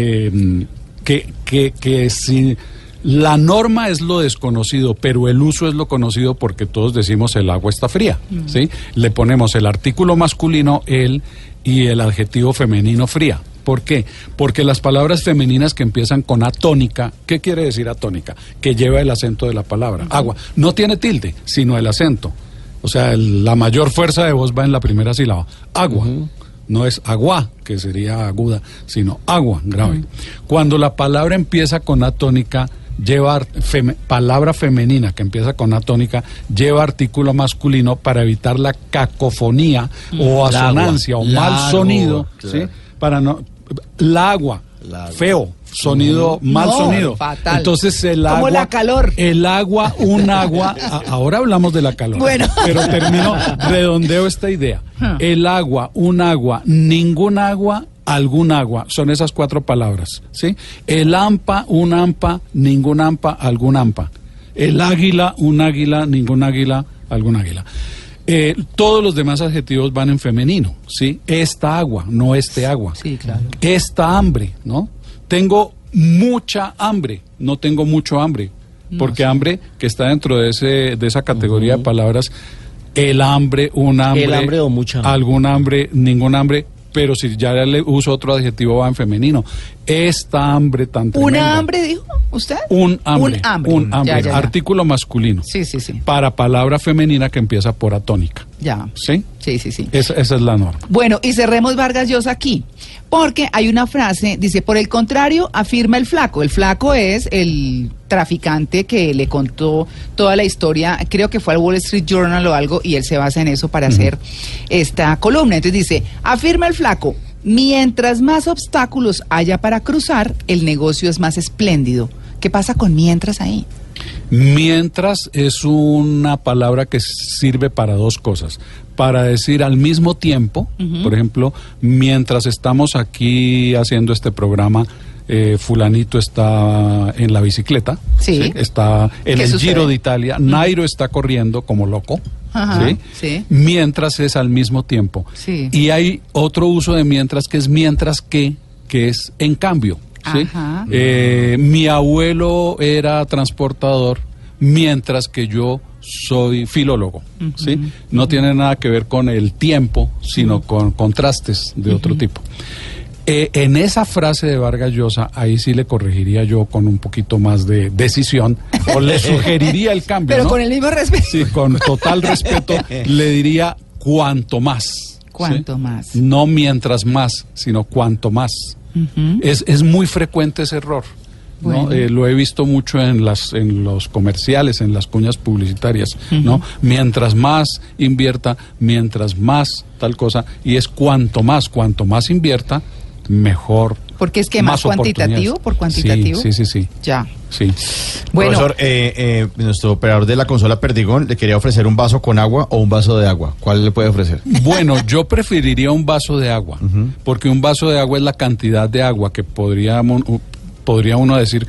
que si... La norma es lo desconocido, pero el uso es lo conocido porque todos decimos el agua está fría, ¿sí? Le ponemos el artículo masculino, el, y el adjetivo femenino fría. ¿Por qué? Porque las palabras femeninas que empiezan con atónica, ¿qué quiere decir atónica? Que lleva el acento de la palabra. Agua. No tiene tilde, sino el acento. O sea, la mayor fuerza de voz va en la primera sílaba. Agua. No es agua, que sería aguda, sino agua, grave. Cuando la palabra empieza con atónica, lleva palabra femenina que empieza con atónica, lleva artículo masculino para evitar la cacofonía o asonancia o mal sonido, ¿sí? Para no... La agua, feo, sonido, mal sonido. Fatal. Entonces el agua... Como la calor. El agua, un agua... ahora hablamos de la calor. Bueno. Pero redondeo esta idea. El agua, un agua, ningún agua, algún agua. Son esas 4 palabras, ¿sí? El hampa, un hampa, ningún hampa, algún hampa. El águila, un águila, ningún águila, algún águila. Todos los demás adjetivos van en femenino, ¿sí? Esta agua, no este agua. Sí, claro. Esta hambre, ¿no? Tengo mucha hambre, no tengo mucho hambre. Porque hambre, que está dentro de esa categoría de palabras, el hambre, un hambre. El hambre o mucha hambre. Algún hambre, ningún hambre. Pero si ya le uso otro adjetivo va en femenino. Esta hambre tan tremenda. ¿Una hambre, dijo usted? Un hambre. Un hambre. Un hambre. Ya. Artículo masculino. Sí. Para palabra femenina que empieza por atónica. Ya. ¿Sí? Sí. Esa es la norma. Bueno, y cerremos Vargas Llosa aquí, porque hay una frase, dice, por el contrario, afirma el flaco. El flaco es el traficante que le contó toda la historia, creo que fue al Wall Street Journal o algo, y él se basa en eso para hacer esta columna. Entonces dice, afirma el flaco, mientras más obstáculos haya para cruzar, el negocio es más espléndido. ¿Qué pasa con mientras ahí? Mientras es una palabra que sirve para dos cosas. Para decir al mismo tiempo, por ejemplo, mientras estamos aquí haciendo este programa, fulanito está en la bicicleta, ¿sí? Está en el Giro de Italia, Nairo está corriendo como loco. Ajá, ¿sí? Mientras es al mismo tiempo. Sí. Y hay otro uso de mientras que es mientras que es en cambio. ¿Sí? Mi abuelo era transportador mientras que yo soy filólogo. ¿Sí? No tiene nada que ver con el tiempo, sino con contrastes de otro tipo. En esa frase de Vargas Llosa, ahí sí le corregiría yo con un poquito más de decisión, o le sugeriría el cambio. Pero ¿no? con el mismo respeto. Sí, con total respeto, le diría cuanto más. Cuanto ¿sí? más. No mientras más, sino cuanto más. Es muy frecuente ese error. ¿no? Bueno. Lo he visto mucho en los comerciales, en las cuñas publicitarias, ¿no? Mientras más invierta, mientras más tal cosa, y es cuanto más invierta, mejor. Porque es que más cuantitativo por cuantitativo. Sí. Ya. Sí. Bueno, profesor, nuestro operador de la consola Perdigón le quería ofrecer un vaso con agua o un vaso de agua. ¿Cuál le puede ofrecer? Bueno, yo preferiría un vaso de agua, porque un vaso de agua es la cantidad de agua que podría uno decir,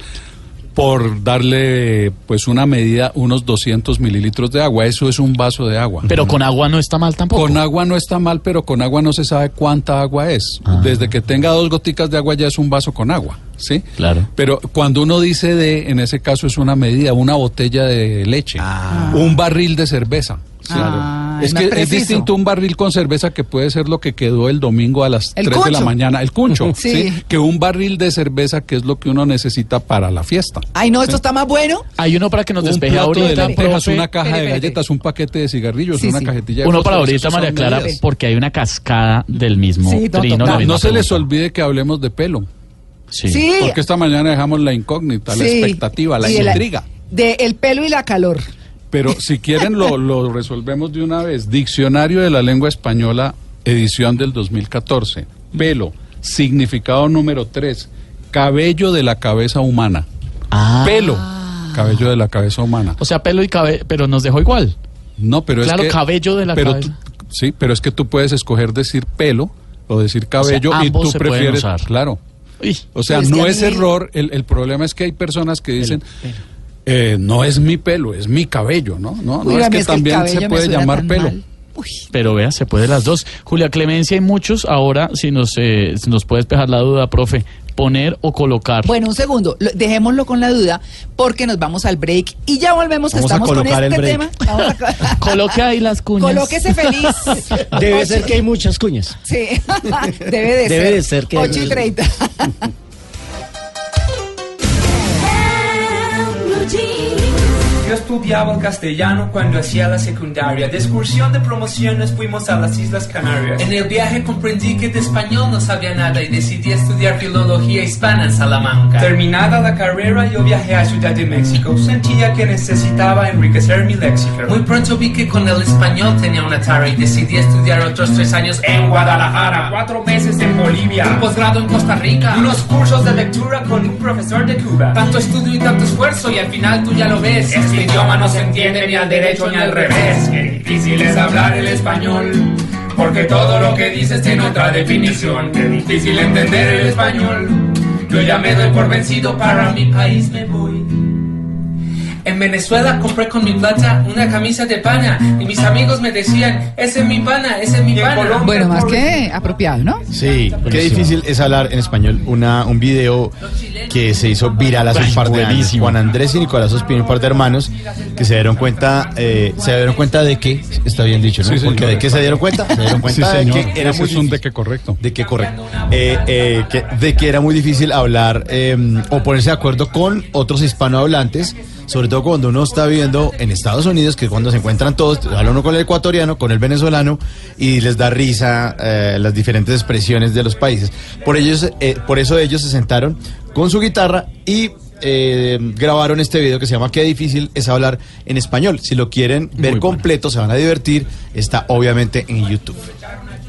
por darle pues una medida, unos 200 mililitros de agua. Eso es un vaso de agua. Pero con agua no está mal tampoco. Con agua no está mal, pero con agua no se sabe cuánta agua es. Desde que tenga 2 goticas de agua ya es un vaso con agua, ¿sí? Claro. Pero cuando uno dice en ese caso es una medida, una botella de leche, un barril de cerveza. ¿sí? Es que es distinto un barril con cerveza, que puede ser lo que quedó el domingo a las 3 de la mañana, el cuncho, ¿sí? Que un barril de cerveza, que es lo que uno necesita para la fiesta. Ay, no, ¿sí? esto está más bueno. Hay uno para que nos despeje plato ahorita, de lentejas, profe. una caja de galletas, un paquete de cigarrillos, una cajetilla de uno para fósforos. ahorita, María Clara, porque hay una cascada del mismo trino. No se les olvide que hablemos de pelo. Sí. Porque esta mañana dejamos la incógnita, la expectativa, la intriga. De el pelo y la calor. Pero si quieren lo resolvemos de una vez. Diccionario de la Lengua Española, edición del 2014. Pelo, significado número 3, cabello de la cabeza humana. Pelo, cabello de la cabeza humana. O sea, pelo y cabello, pero nos dejó igual. No, pero claro, es que... cabello de la cabeza. Sí, pero es que tú puedes escoger decir pelo o decir cabello, o sea, y tú prefieres... usar. Claro. Uy, o sea, no es error, el problema es que hay personas que dicen... no es mi pelo, es mi cabello, ¿no? No es que también se puede llamar pelo. Pero vea, se puede las dos. Julia Clemencia y muchos. Ahora, si nos puede despejar la duda, profe, poner o colocar. Bueno, un segundo, dejémoslo con la duda, porque nos vamos al break y ya volvemos. Estamos con este tema. Coloque ahí las cuñas. Colóquese feliz. Debe ser que hay muchas cuñas. Sí, debe de ser que 8:30. Yo estudiaba el castellano cuando hacía la secundaria. De excursión de promoción nos fuimos a las Islas Canarias. En el viaje comprendí que de español no sabía nada y decidí estudiar filología hispana en Salamanca. Terminada la carrera, yo viajé a Ciudad de México. Sentía que necesitaba enriquecer mi léxico. Muy pronto vi que con el español tenía una tara y decidí estudiar otros 3 años en Guadalajara, 4 meses en Bolivia, un posgrado en Costa Rica, unos cursos de lectura con un profesor de Cuba. Tanto estudio y tanto esfuerzo y al final tú ya lo ves. Este idioma no se entiende ni al derecho ni al revés. Qué difícil es hablar el español, porque todo lo que dices tiene otra definición. Qué difícil entender el español. Yo ya me doy por vencido, para mi país me voy. En Venezuela compré con mi plata una camisa de pana y mis amigos me decían, ese es mi pana, ese es mi pana. Bueno, más que apropiado, ¿no? Sí, qué difícil es hablar en español. Un video que se hizo viral hace un par de años. Juan Andrés y Nicolás Ospina, un par de hermanos, que se dieron cuenta de que, está bien dicho, ¿no? Sí, porque ¿de qué se dieron cuenta? Se dieron cuenta de que era muy un de qué correcto. De qué correcto. De que era muy difícil hablar o ponerse de acuerdo con otros hispanohablantes, sobre todo cuando uno está viviendo en Estados Unidos, que cuando se encuentran todos, habla uno con el ecuatoriano, con el venezolano, y les da risa las diferentes expresiones de los países. Por eso ellos se sentaron con su guitarra y grabaron este video que se llama Qué difícil es hablar en español. Si lo quieren ver completo, se van a divertir. Está obviamente en YouTube.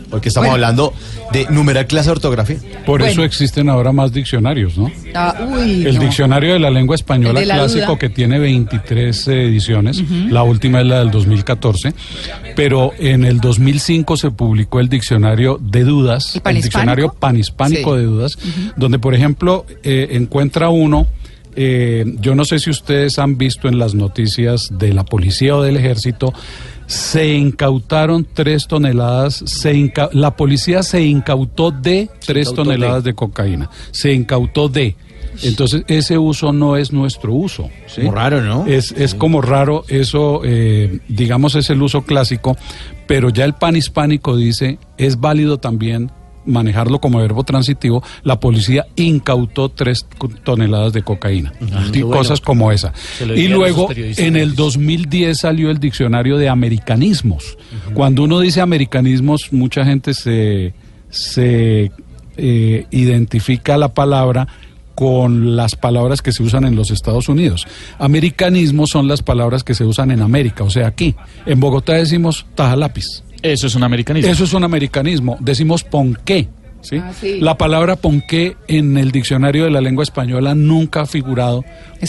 porque estamos hablando de numeral clase de ortografía. Por eso existen ahora más diccionarios, ¿no? El diccionario de la lengua española clásico, que tiene 23 ediciones, la última es la del 2014, pero en el 2005 se publicó el diccionario de dudas, el diccionario panhispánico de dudas, donde, por ejemplo, encuentra uno, yo no sé si ustedes han visto en las noticias de la policía o del ejército, se incautaron 3 toneladas, la policía se incautó de 3 toneladas de cocaína, se incautó de... Entonces, ese uso no es nuestro uso, ¿sí? Como raro, ¿no? Es como raro, eso, digamos, es el uso clásico, pero ya el panhispánico dice, es válido también manejarlo como verbo transitivo. La policía incautó 3 toneladas de cocaína, cosas como esa. Y luego, en el 2010 salió el diccionario de americanismos. Cuando uno dice americanismos, mucha gente se identifica la palabra con las palabras que se usan en los Estados Unidos. Americanismos son las palabras que se usan en América, o sea, aquí. En Bogotá decimos taja lápiz. Eso es un americanismo. Eso es un americanismo. Decimos ponqué. ¿Sí? La palabra ponqué en el diccionario de la lengua española nunca ha figurado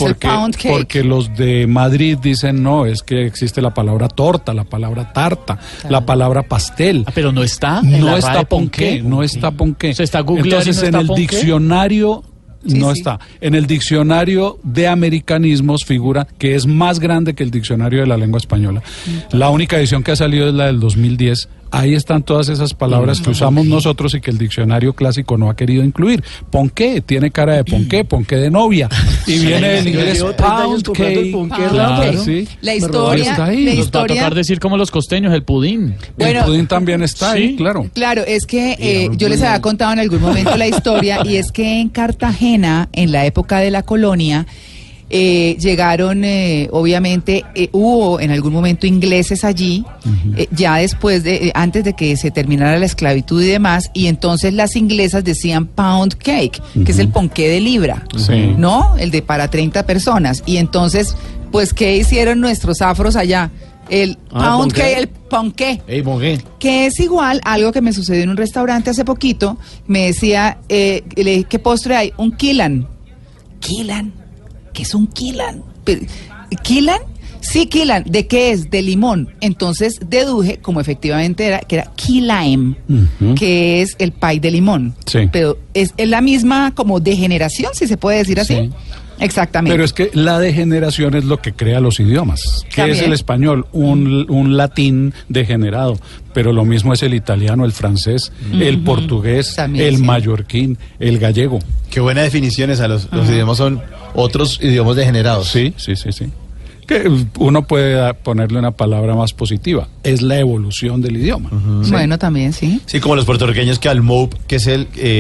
porque los de Madrid dicen no, es que existe la palabra torta, la palabra tarta, la palabra pastel. Pero no está. No está ponqué, no está ponqué. Se está googleando. Entonces en el diccionario no está. En el diccionario de americanismos figura que es más grande que el diccionario de la lengua española. La única edición que ha salido es la del 2010. Ahí están todas esas palabras que usamos nosotros y que el diccionario clásico no ha querido incluir. Ponqué, tiene cara de ponqué de novia. Y viene del inglés pound cake. Claro, sí. La historia está ahí. Nos va a tocar decir como los costeños, el pudín. Bueno, el pudín también está ahí, claro. Claro, es que yo les había contado en algún momento la historia, y es que en Cartagena, en la época de la colonia, llegaron, obviamente, hubo en algún momento ingleses allí, ya después antes de que se terminara la esclavitud y demás, y entonces las inglesas decían pound cake, que es el ponqué de libra, ¿no? El de para 30 personas. Y entonces, pues, ¿qué hicieron nuestros afros allá? El pound cake, el ponqué, que es igual a algo que me sucedió en un restaurante hace poquito. Me decía, ¿qué postre hay? Un Killan. ¿Killan? ¿Qué es un Killan? ¿Killan? Sí, Killan. ¿De qué es? De limón. Entonces deduje, como efectivamente era, que era key lime, que es el pie de limón. Sí. Pero es la misma como degeneración, si se puede decir así. Sí. Exactamente. Pero es que la degeneración es lo que crea los idiomas. ¿Qué es el español? Un latín degenerado. Pero lo mismo es el italiano, el francés, el portugués, también, el mallorquín, el gallego. Qué buena definición esa. Los idiomas son otros idiomas degenerados. Sí. Que uno puede ponerle una palabra más positiva. Es la evolución del idioma. ¿Sí? Bueno, también, sí. Sí, como los puertorriqueños que al mope, que es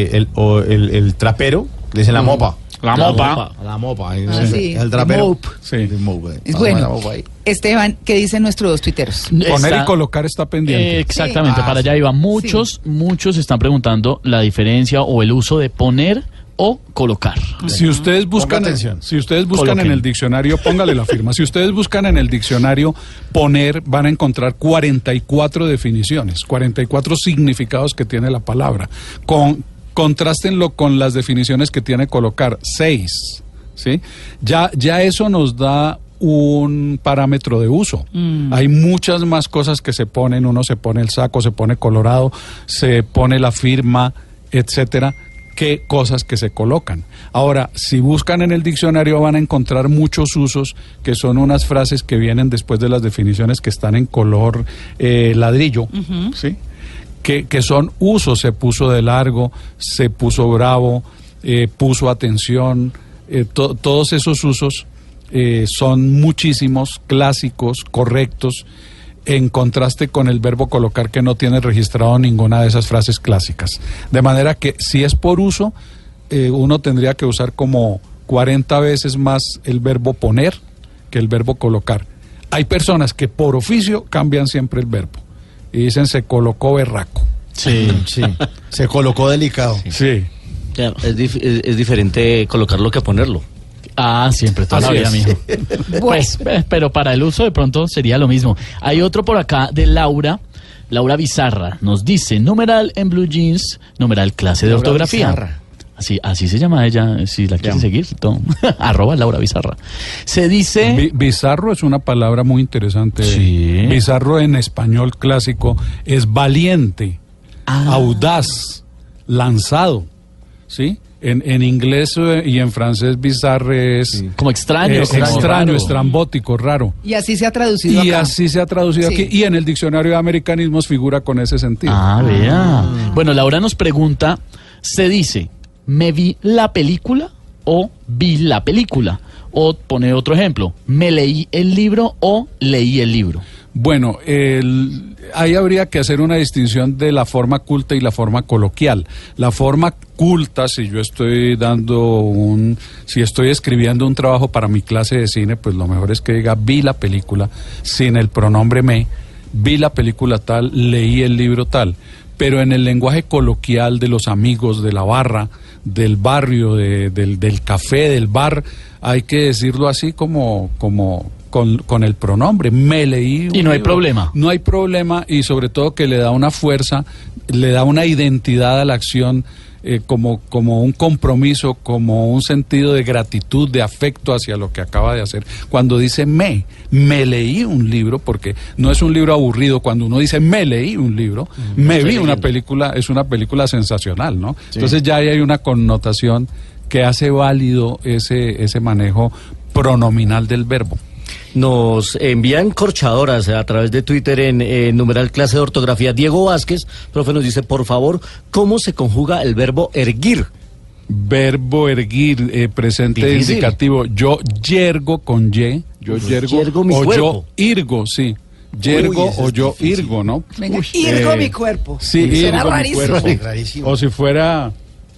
el trapero, le dicen la mopa. La mopa. Sí. El trapero. Sí. Es bueno. Esteban, ¿qué dicen nuestros tuiteros? Poner y colocar está pendiente. Exactamente, para allá iba. Muchos están preguntando la diferencia o el uso de poner o colocar. Si ustedes buscan, en el diccionario, póngale la firma. Si ustedes buscan en el diccionario poner, van a encontrar 44 definiciones, 44 significados que tiene la palabra. Contrástenlo con las definiciones que tiene colocar, 6, ¿sí? Ya eso nos da un parámetro de uso. Hay muchas más cosas que se ponen, uno se pone el saco, se pone colorado, se pone la firma, etcétera, que cosas que se colocan. Ahora, si buscan en el diccionario van a encontrar muchos usos que son unas frases que vienen después de las definiciones que están en color ladrillo, ¿sí? Que son usos, se puso de largo, se puso bravo, puso atención, todos esos usos son muchísimos, clásicos, correctos, en contraste con el verbo colocar, que no tiene registrado ninguna de esas frases clásicas. De manera que si es por uso, uno tendría que usar como 40 veces más el verbo poner que el verbo colocar. Hay personas que por oficio cambian siempre el verbo y dicen se colocó berraco. Sí. Se colocó delicado. Sí. Claro, es diferente colocarlo que ponerlo. Siempre, toda la vida, mijo. Pues, pero para el uso de pronto sería lo mismo. Hay otro por acá de Laura Laura Bizarra nos dice, numeral en Blue Jeans, numeral clase de Laura ortografía. Bizarra. Así se llama ella, si la quieren seguir, todo. @ Laura Bizarra. Se dice... Bizarro es una palabra muy interesante. Sí. Bizarro en español clásico es valiente, audaz, lanzado, ¿sí? En inglés y en francés bizarre es... Como extraño. Extraño, estrambótico, raro. Y así se ha traducido Y acá. así se ha traducido Sí. aquí. Y en el diccionario de americanismos figura con ese sentido. Vea. Bueno, Laura nos pregunta, se dice, ¿me vi la película o vi la película? O pone otro ejemplo, ¿me leí el libro o leí el libro? Bueno, ahí habría que hacer una distinción de la forma culta y la forma coloquial. La forma culta, si yo estoy si estoy escribiendo un trabajo para mi clase de cine, pues lo mejor es que diga vi la película sin el pronombre me, vi la película tal, leí el libro tal. Pero en el lenguaje coloquial de los amigos, de la barra, del barrio, del café, del bar, hay que decirlo así como con el pronombre. Me leí un Y no hay libro. problema. No hay problema, y sobre todo que le da una fuerza, le da una identidad a la acción, como un compromiso, como un sentido de gratitud, de afecto hacia lo que acaba de hacer. Cuando dice me leí un libro, porque no es un libro aburrido, cuando uno dice me leí un libro, me vi una película, es una película sensacional, ¿no? Sí. Entonces ya ahí hay una connotación que hace válido ese manejo pronominal del verbo. Nos envían corchadoras a través de Twitter en numeral clase de ortografía. Diego Vázquez, profe, nos dice, por favor, ¿cómo se conjuga el verbo erguir? Verbo erguir, presente Difícil. indicativo. Yo yergo con y, yo yergo mi o cuerpo. yo irgo, sí. Yergo o yo irgo, ¿no? Venga, irgo mi cuerpo. Sí, Será irgo mi rarísimo. cuerpo. Rarísimo. O si fuera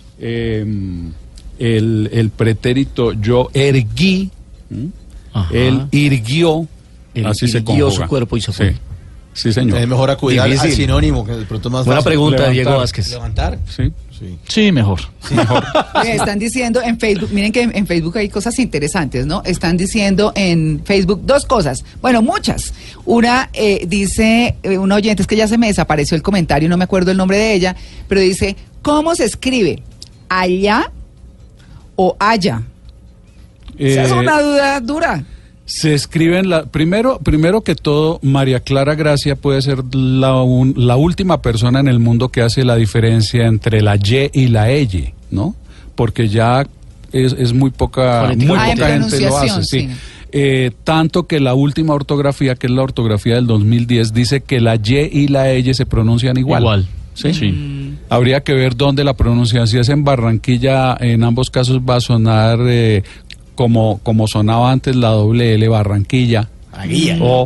el pretérito yo erguí, Ajá. él irguió, Él así se irguió conjuga. su cuerpo y se fue. Sí, sí, señor. Es mejor acudir al Difícil. sinónimo, que de pronto es más Buena fácil. pregunta, Levantar. Diego Vázquez. ¿Levantar? Sí. Sí. Sí, mejor. Están diciendo en Facebook, miren que en Facebook hay cosas interesantes, ¿no? Están diciendo en Facebook dos cosas, bueno, muchas. Una, dice una oyente, es que ya se me desapareció el comentario, no me acuerdo el nombre de ella, pero dice, ¿cómo se escribe? ¿Allá o allá? Esa es una duda dura. Se escriben primero que todo, María Clara Gracia puede ser la última persona en el mundo que hace la diferencia entre la y y la elle, ¿no? Porque ya es muy poca gente lo hace, sí. Tanto que la última ortografía, que es la ortografía del 2010, dice que la y y la elle se pronuncian igual. ¿Sí? Sí. Habría que ver dónde la pronuncian. Si es en Barranquilla, en ambos casos va a sonar como sonaba antes la doble L, Barranquilla. O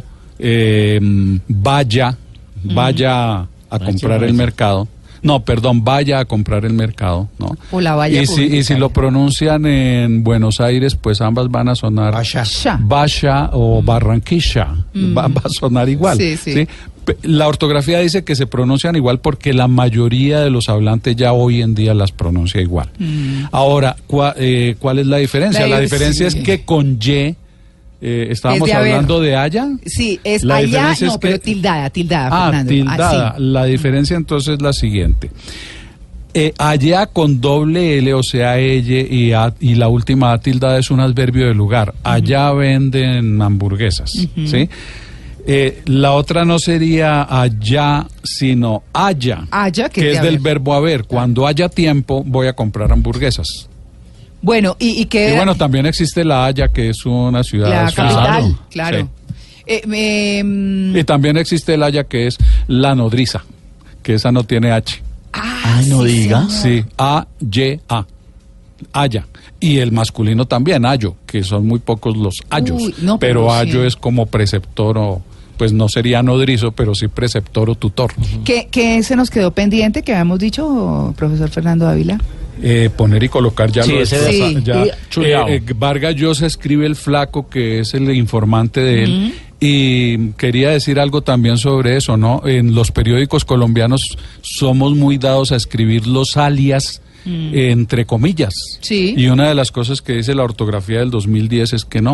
vaya a comprar el mercado. No, perdón, vaya a comprar el mercado, ¿no? O la valla y si lo pronuncian en Buenos Aires, pues ambas van a sonar Vaya o Barranquilla. Va a sonar igual. Sí. La ortografía dice que se pronuncian igual porque la mayoría de los hablantes ya hoy en día las pronuncia igual. Ahora, ¿cuál es la diferencia? La diferencia es que con y, estábamos hablando de allá. Sí, es la allá, diferencia no, es pero tildada, Fernando. Tildada. Sí. La diferencia entonces es la siguiente. Allá con doble L, o sea, ella y la última A tildada es un adverbio de lugar. Allá venden hamburguesas, ¿sí? La otra no sería allá, sino haya, que es del verbo haber. Cuando haya tiempo, voy a comprar hamburguesas. Bueno, y que... Y bueno, también existe La Haya, que es una ciudad... La capital, claro. Sí. Y también existe La Haya, que es la nodriza, que esa no tiene H. Ay, no diga. Sí, A-Y-A. Haya. Y el masculino también, ayo, que son muy pocos los ayos. No, pero ayo sí. es como preceptor o... Pues no sería nodrizo, pero sí preceptor o tutor. ¿Qué se nos quedó pendiente que habíamos dicho, profesor Fernando Ávila? Poner y colocar ya Sí, lo ese ya. Vargas Llosa escribe el flaco, que es el informante de él, y quería decir algo también sobre eso, ¿no? En los periódicos colombianos somos muy dados a escribir los alias entre comillas. Sí. Y una de las cosas que dice la ortografía del 2010 es que no.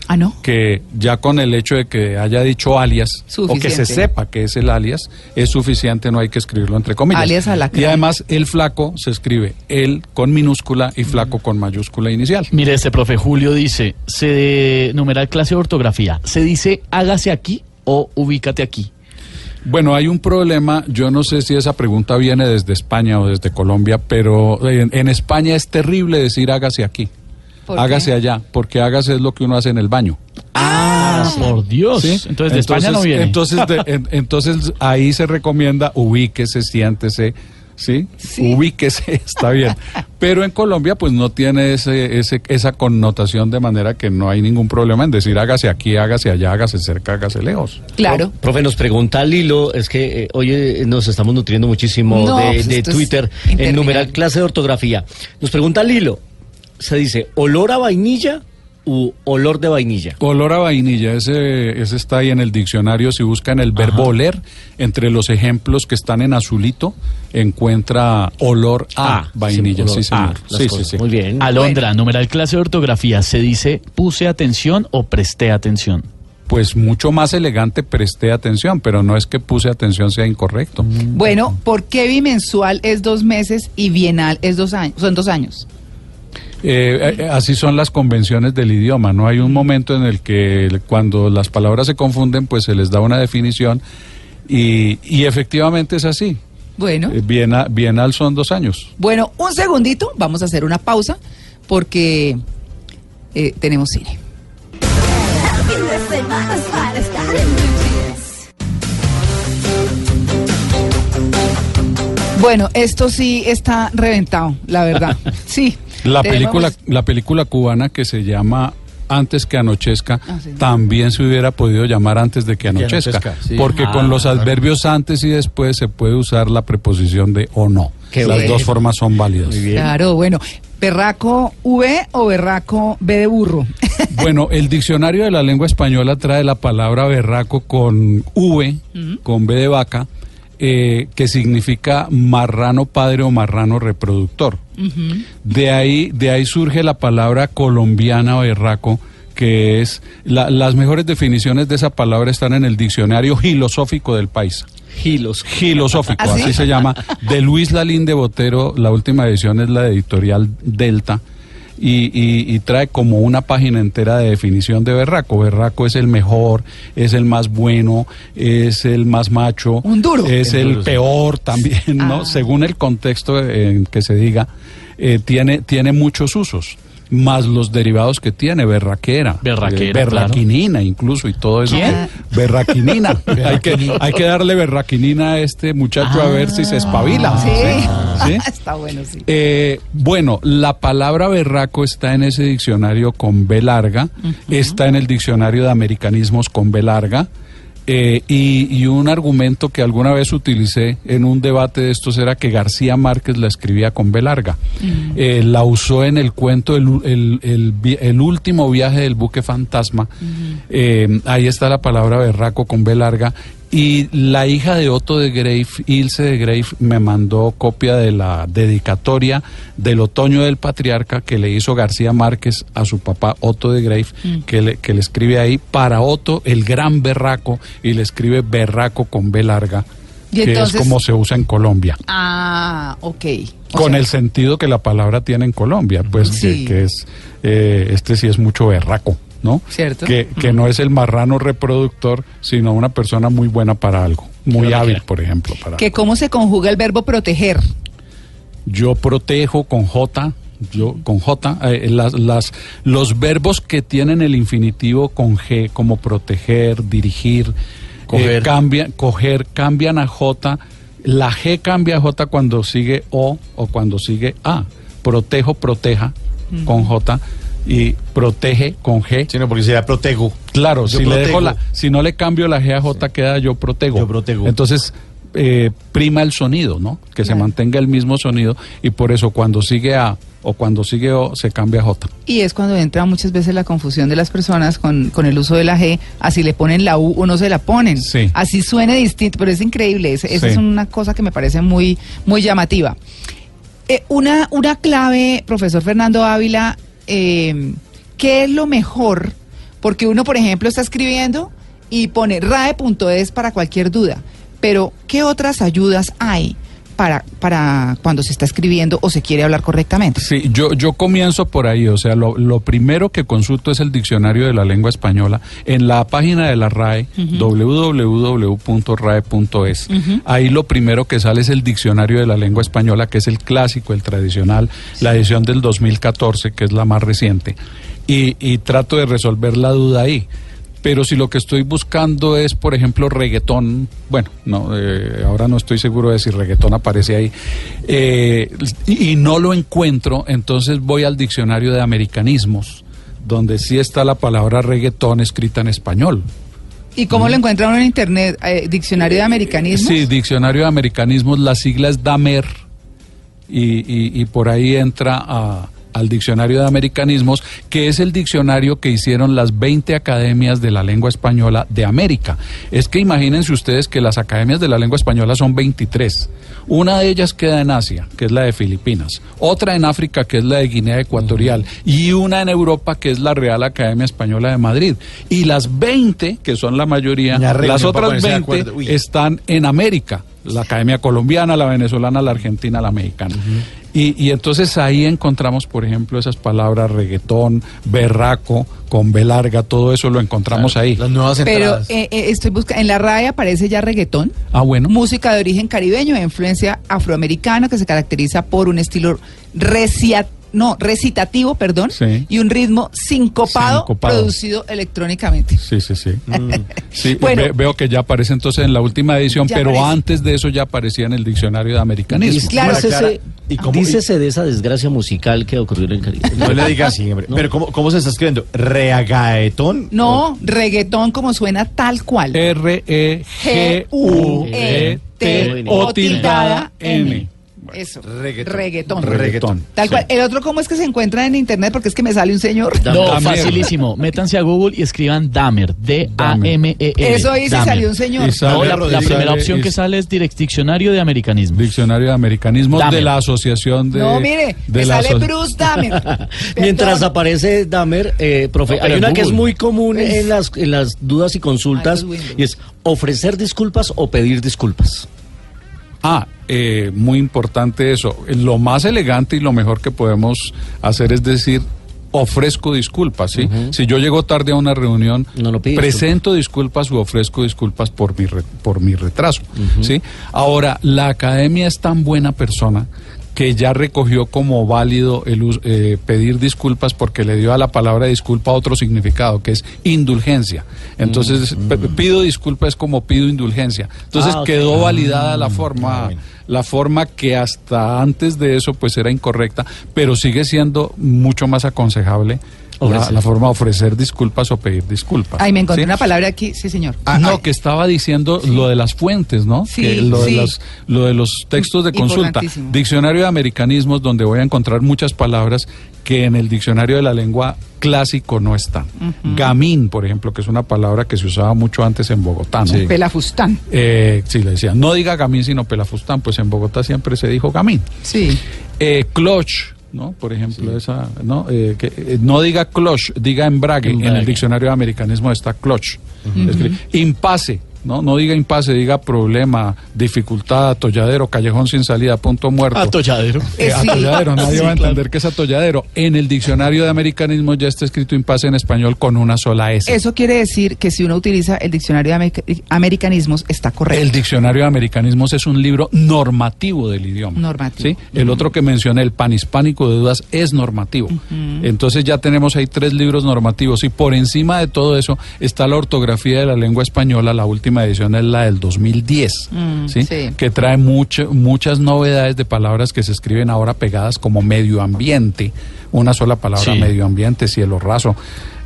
Ah, ¿no? Que ya con el hecho de que haya dicho alias, o que se sepa que es el alias, es suficiente, no hay que escribirlo entre comillas. Alias alacrán. Y además, el flaco se escribe el con minúscula y flaco con mayúscula inicial. Mire, profe Julio dice, numeral clase de ortografía, ¿se dice hágase aquí o ubícate aquí? Bueno, hay un problema, yo no sé si esa pregunta viene desde España o desde Colombia, pero en España es terrible decir hágase aquí. Hágase allá, porque hágase es lo que uno hace en el baño. Por Dios. ¿Sí? Entonces de España no viene. Entonces ahí se recomienda ubíquese, siéntese, ¿sí? Ubíquese, está bien. Pero en Colombia pues no tiene esa connotación, de manera que no hay ningún problema en decir hágase aquí, hágase allá, hágase cerca, hágase lejos. Claro. Profe, nos pregunta Lilo, es que hoy nos estamos nutriendo muchísimo de Twitter, en numeral clase de ortografía. Nos pregunta Lilo, ¿se dice olor a vainilla u olor de vainilla? Olor a vainilla, ese está ahí en el diccionario. Si buscan el verbo oler, entre los ejemplos que están en azulito, encuentra olor a vainilla. Sí, señor. Sí. Muy bien. Alondra, numeral clase de ortografía, ¿se dice puse atención o presté atención? Pues mucho más elegante presté atención, pero no es que puse atención sea incorrecto. Bueno, ¿por qué bimensual es 2 meses y bienal es 2 años? Son 2 años. Así son las convenciones del idioma, ¿no? Hay un momento en el que cuando las palabras se confunden, pues se les da una definición y efectivamente es así. Bueno. Bienal son 2 años. Bueno, un segundito, vamos a hacer una pausa porque tenemos cine. Bueno, esto sí está reventado, la verdad. Sí. La película cubana que se llama Antes que anochezca, también se hubiera podido llamar Antes de que anochezca, porque con los adverbios antes y después se puede usar la preposición de o no. Las dos formas son válidas. Claro, bueno. ¿Berraco V o berraco B de burro? Bueno, el diccionario de la lengua española trae la palabra berraco con V, con B de vaca, que significa marrano padre o marrano reproductor. De ahí surge la palabra colombiana berraco, que es las mejores definiciones de esa palabra están en el diccionario filosófico del país. Filosófico, ¿Ah, sí? Así se llama, de Luis Lalín de Botero. La última edición es la de editorial Delta. Y trae como una página entera de definición de berraco. Berraco es el mejor, es el más bueno, es el más macho, un duro, es el peor también, ¿no? Según el contexto en que se diga, tiene muchos usos, más los derivados que tiene, berraquera, berraquinina, claro. Incluso, y todo eso. ¿Quién? Berraquinina. hay que darle berraquinina a este muchacho a ver si se espabila. ¿Sí? Está bueno, sí. Bueno, la palabra berraco está en ese diccionario con B larga, está en el diccionario de americanismos con B larga, y un argumento que alguna vez utilicé en un debate de estos era que García Márquez la escribía con B larga. La usó en el cuento el último viaje del buque fantasma. Ahí está la palabra berraco con B larga. Y la hija de Otto de Greif, Ilse de Greif, me mandó copia de la dedicatoria del Otoño del Patriarca que le hizo García Márquez a su papá Otto de Greif, que le escribe ahí para Otto el gran berraco, y le escribe berraco con B larga, que entonces, es como se usa en Colombia. Ah, ok. Con el sentido que la palabra tiene en Colombia, pues sí. que es, este sí es mucho berraco, ¿no? ¿Cierto? Que no es el marrano reproductor, sino una persona muy buena para algo, muy hábil, por ejemplo. ¿Cómo se conjuga el verbo proteger? Yo protejo con J, los verbos que tienen el infinitivo con G, como proteger, dirigir, cambian a J. La G cambia a J cuando sigue O cuando sigue A. Protejo, proteja, con J. Y protege con G. Sí, no, porque sería protego. Claro, si no le cambio la G a J, queda yo protego. Yo protego. Entonces, prima el sonido, ¿no? Que se mantenga el mismo sonido, y por eso cuando sigue A o cuando sigue O se cambia a J. Y es cuando entra muchas veces la confusión de las personas con el uso de la G, así le ponen la U o no se la ponen. Sí. Así suene distinto, pero es increíble. Esa es una cosa que me parece muy, muy llamativa. Una clave, profesor Fernando Ávila, ¿qué es lo mejor Porque uno, por ejemplo, está escribiendo y pone rae.es para cualquier duda. Pero, ¿qué otras ayudas hay para cuando se está escribiendo o se quiere hablar correctamente? Sí, yo comienzo por ahí, o sea, lo primero que consulto es el diccionario de la lengua española en la página de la RAE, www.rae.es. Ahí lo primero que sale es el diccionario de la lengua española, que es el clásico, el tradicional, la edición del 2014, que es la más reciente, y trato de resolver la duda ahí. Pero si lo que estoy buscando es, por ejemplo, reggaetón, bueno, no, ahora no estoy seguro de si reggaetón aparece ahí, y no lo encuentro, entonces voy al diccionario de americanismos, donde sí está la palabra reggaetón escrita en español. ¿Y cómo lo encuentra uno en internet? ¿Diccionario de americanismos? Sí, diccionario de americanismos, la sigla es DAMER, y por ahí entra al diccionario de americanismos, que es el diccionario que hicieron las 20 academias de la lengua española de América. Es que imagínense ustedes que las academias de la lengua española son 23. Una de ellas queda en Asia, que es la de Filipinas, otra en África, que es la de Guinea Ecuatorial, y una en Europa, que es la Real Academia Española de Madrid. Y las 20, que son la mayoría, las otras 20 están en América, la Academia Colombiana, la Venezolana, la Argentina, la Mexicana. Y entonces ahí encontramos, por ejemplo, esas palabras reggaetón, berraco, con B larga, todo eso lo encontramos ahí. Las nuevas entradas. Pero estoy buscando, en la RAE aparece ya reggaetón. Ah, bueno. Música de origen caribeño, de influencia afroamericana, que se caracteriza por un estilo recitativo, sí, y un ritmo sincopado, producido electrónicamente. Sí. Sí, bueno, veo que ya aparece entonces en la última edición, pero aparece. Antes de eso ya aparecía en el diccionario de americanismo. Claro, dícese de esa desgracia musical que ocurrió en el Caribe. No le diga así, hombre. ¿No? Pero ¿cómo se está escribiendo? ¿Reagaetón? No, reggaetón como suena tal cual. R-E-G-U-E-T-O-N. Eso, reggaetón. Tal cual. El otro, ¿cómo es que se encuentra en internet? Porque es que me sale un señor. No, facilísimo. Métanse a Google y escriban Dahmer, D-A-M-E-R. Eso dice, salió un señor. No, la primera opción que sale es Diccionario de Americanismo. Diccionario de Americanismo de la Asociación de... No, mire, me sale Bruce Dahmer. Mientras aparece Dahmer, profe, hay una Google que es muy común en las dudas y consultas, y es ofrecer disculpas o pedir disculpas. Muy importante eso. Lo más elegante y lo mejor que podemos hacer es decir, ofrezco disculpas, ¿sí? Si yo llego tarde a una reunión, presento disculpas o ofrezco disculpas por mi retraso, ¿sí? Ahora, la academia es tan buena persona que ya recogió como válido el pedir disculpas porque le dio a la palabra disculpa otro significado, que es indulgencia. Entonces, pido disculpas es como pido indulgencia. Entonces, quedó validada la forma que hasta antes de eso pues era incorrecta, pero sigue siendo mucho más aconsejable la forma de ofrecer disculpas o pedir disculpas. Ay, me encontré una palabra aquí, sí, señor. Que estaba diciendo lo de las fuentes, ¿no? Sí, lo de los textos de consulta. Diccionario de americanismos, donde voy a encontrar muchas palabras que en el diccionario de la lengua clásico no están. Gamín, por ejemplo, que es una palabra que se usaba mucho antes en Bogotá, ¿no? Sí. Pelafustán. Sí, le decían, no diga gamín, sino pelafustán, pues en Bogotá siempre se dijo gamín. Sí. Cloche, ¿no? Por ejemplo, esa, ¿no? No diga cloche, diga embrague. En el diccionario de americanismo está cloche. Impasse, no diga impasse, diga problema, dificultad, atolladero, callejón sin salida, punto muerto. Atolladero. Atolladero, nadie va a entender que es atolladero. En el diccionario de americanismo ya está escrito impasse en español con una sola S. Eso quiere decir que si uno utiliza el diccionario de americanismos está correcto. El diccionario de americanismos es un libro normativo del idioma. Normativo. ¿Sí? El otro que mencioné, el panhispánico de dudas, es normativo. Entonces ya tenemos ahí 3 libros normativos y por encima de todo eso está la ortografía de la lengua española, la última edición es la del 2010, ¿sí? Que trae muchas novedades de palabras que se escriben ahora pegadas como medio ambiente, una sola palabra, medio ambiente, cielo raso,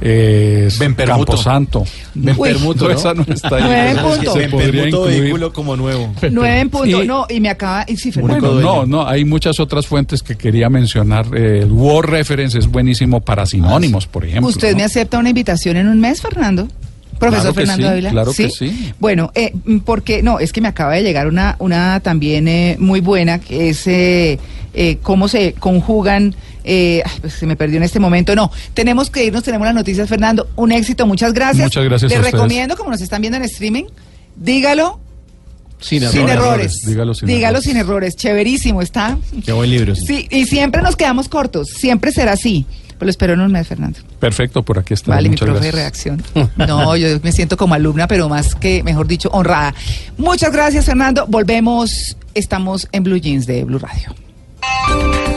Camposanto. Benpermuto, ¿no? Esa no está ahí. 9 puntos. Se podría incluir. Vehículo como nuevo. 9 en punto, y me acaba... Sí, bueno, hay muchas otras fuentes que quería mencionar. El Word Reference es buenísimo para sinónimos, por ejemplo. ¿Usted me acepta una invitación en un mes, Fernando? Profesor Fernando Ávila. Claro que sí. Bueno, porque es que me acaba de llegar una también muy buena, que es cómo se conjugan Pues se me perdió en este momento. No, tenemos que irnos, tenemos las noticias, Fernando. Un éxito, muchas gracias. Muchas gracias Les a ustedes. recomiendo, como nos están viendo en streaming, dígalo Sin errores. Dígalo sin errores. Chéverísimo, ¿está? Qué buen libro. Sí, y siempre nos quedamos cortos. Siempre será así. Pues lo espero en un mes, Fernando. Perfecto, por aquí está. Vale, Muchas mi profe de gracias. redacción. No, yo me siento como alumna, pero más que, mejor dicho, honrada. Muchas gracias, Fernando. Volvemos. Estamos en Blue Jeans de Blue Radio.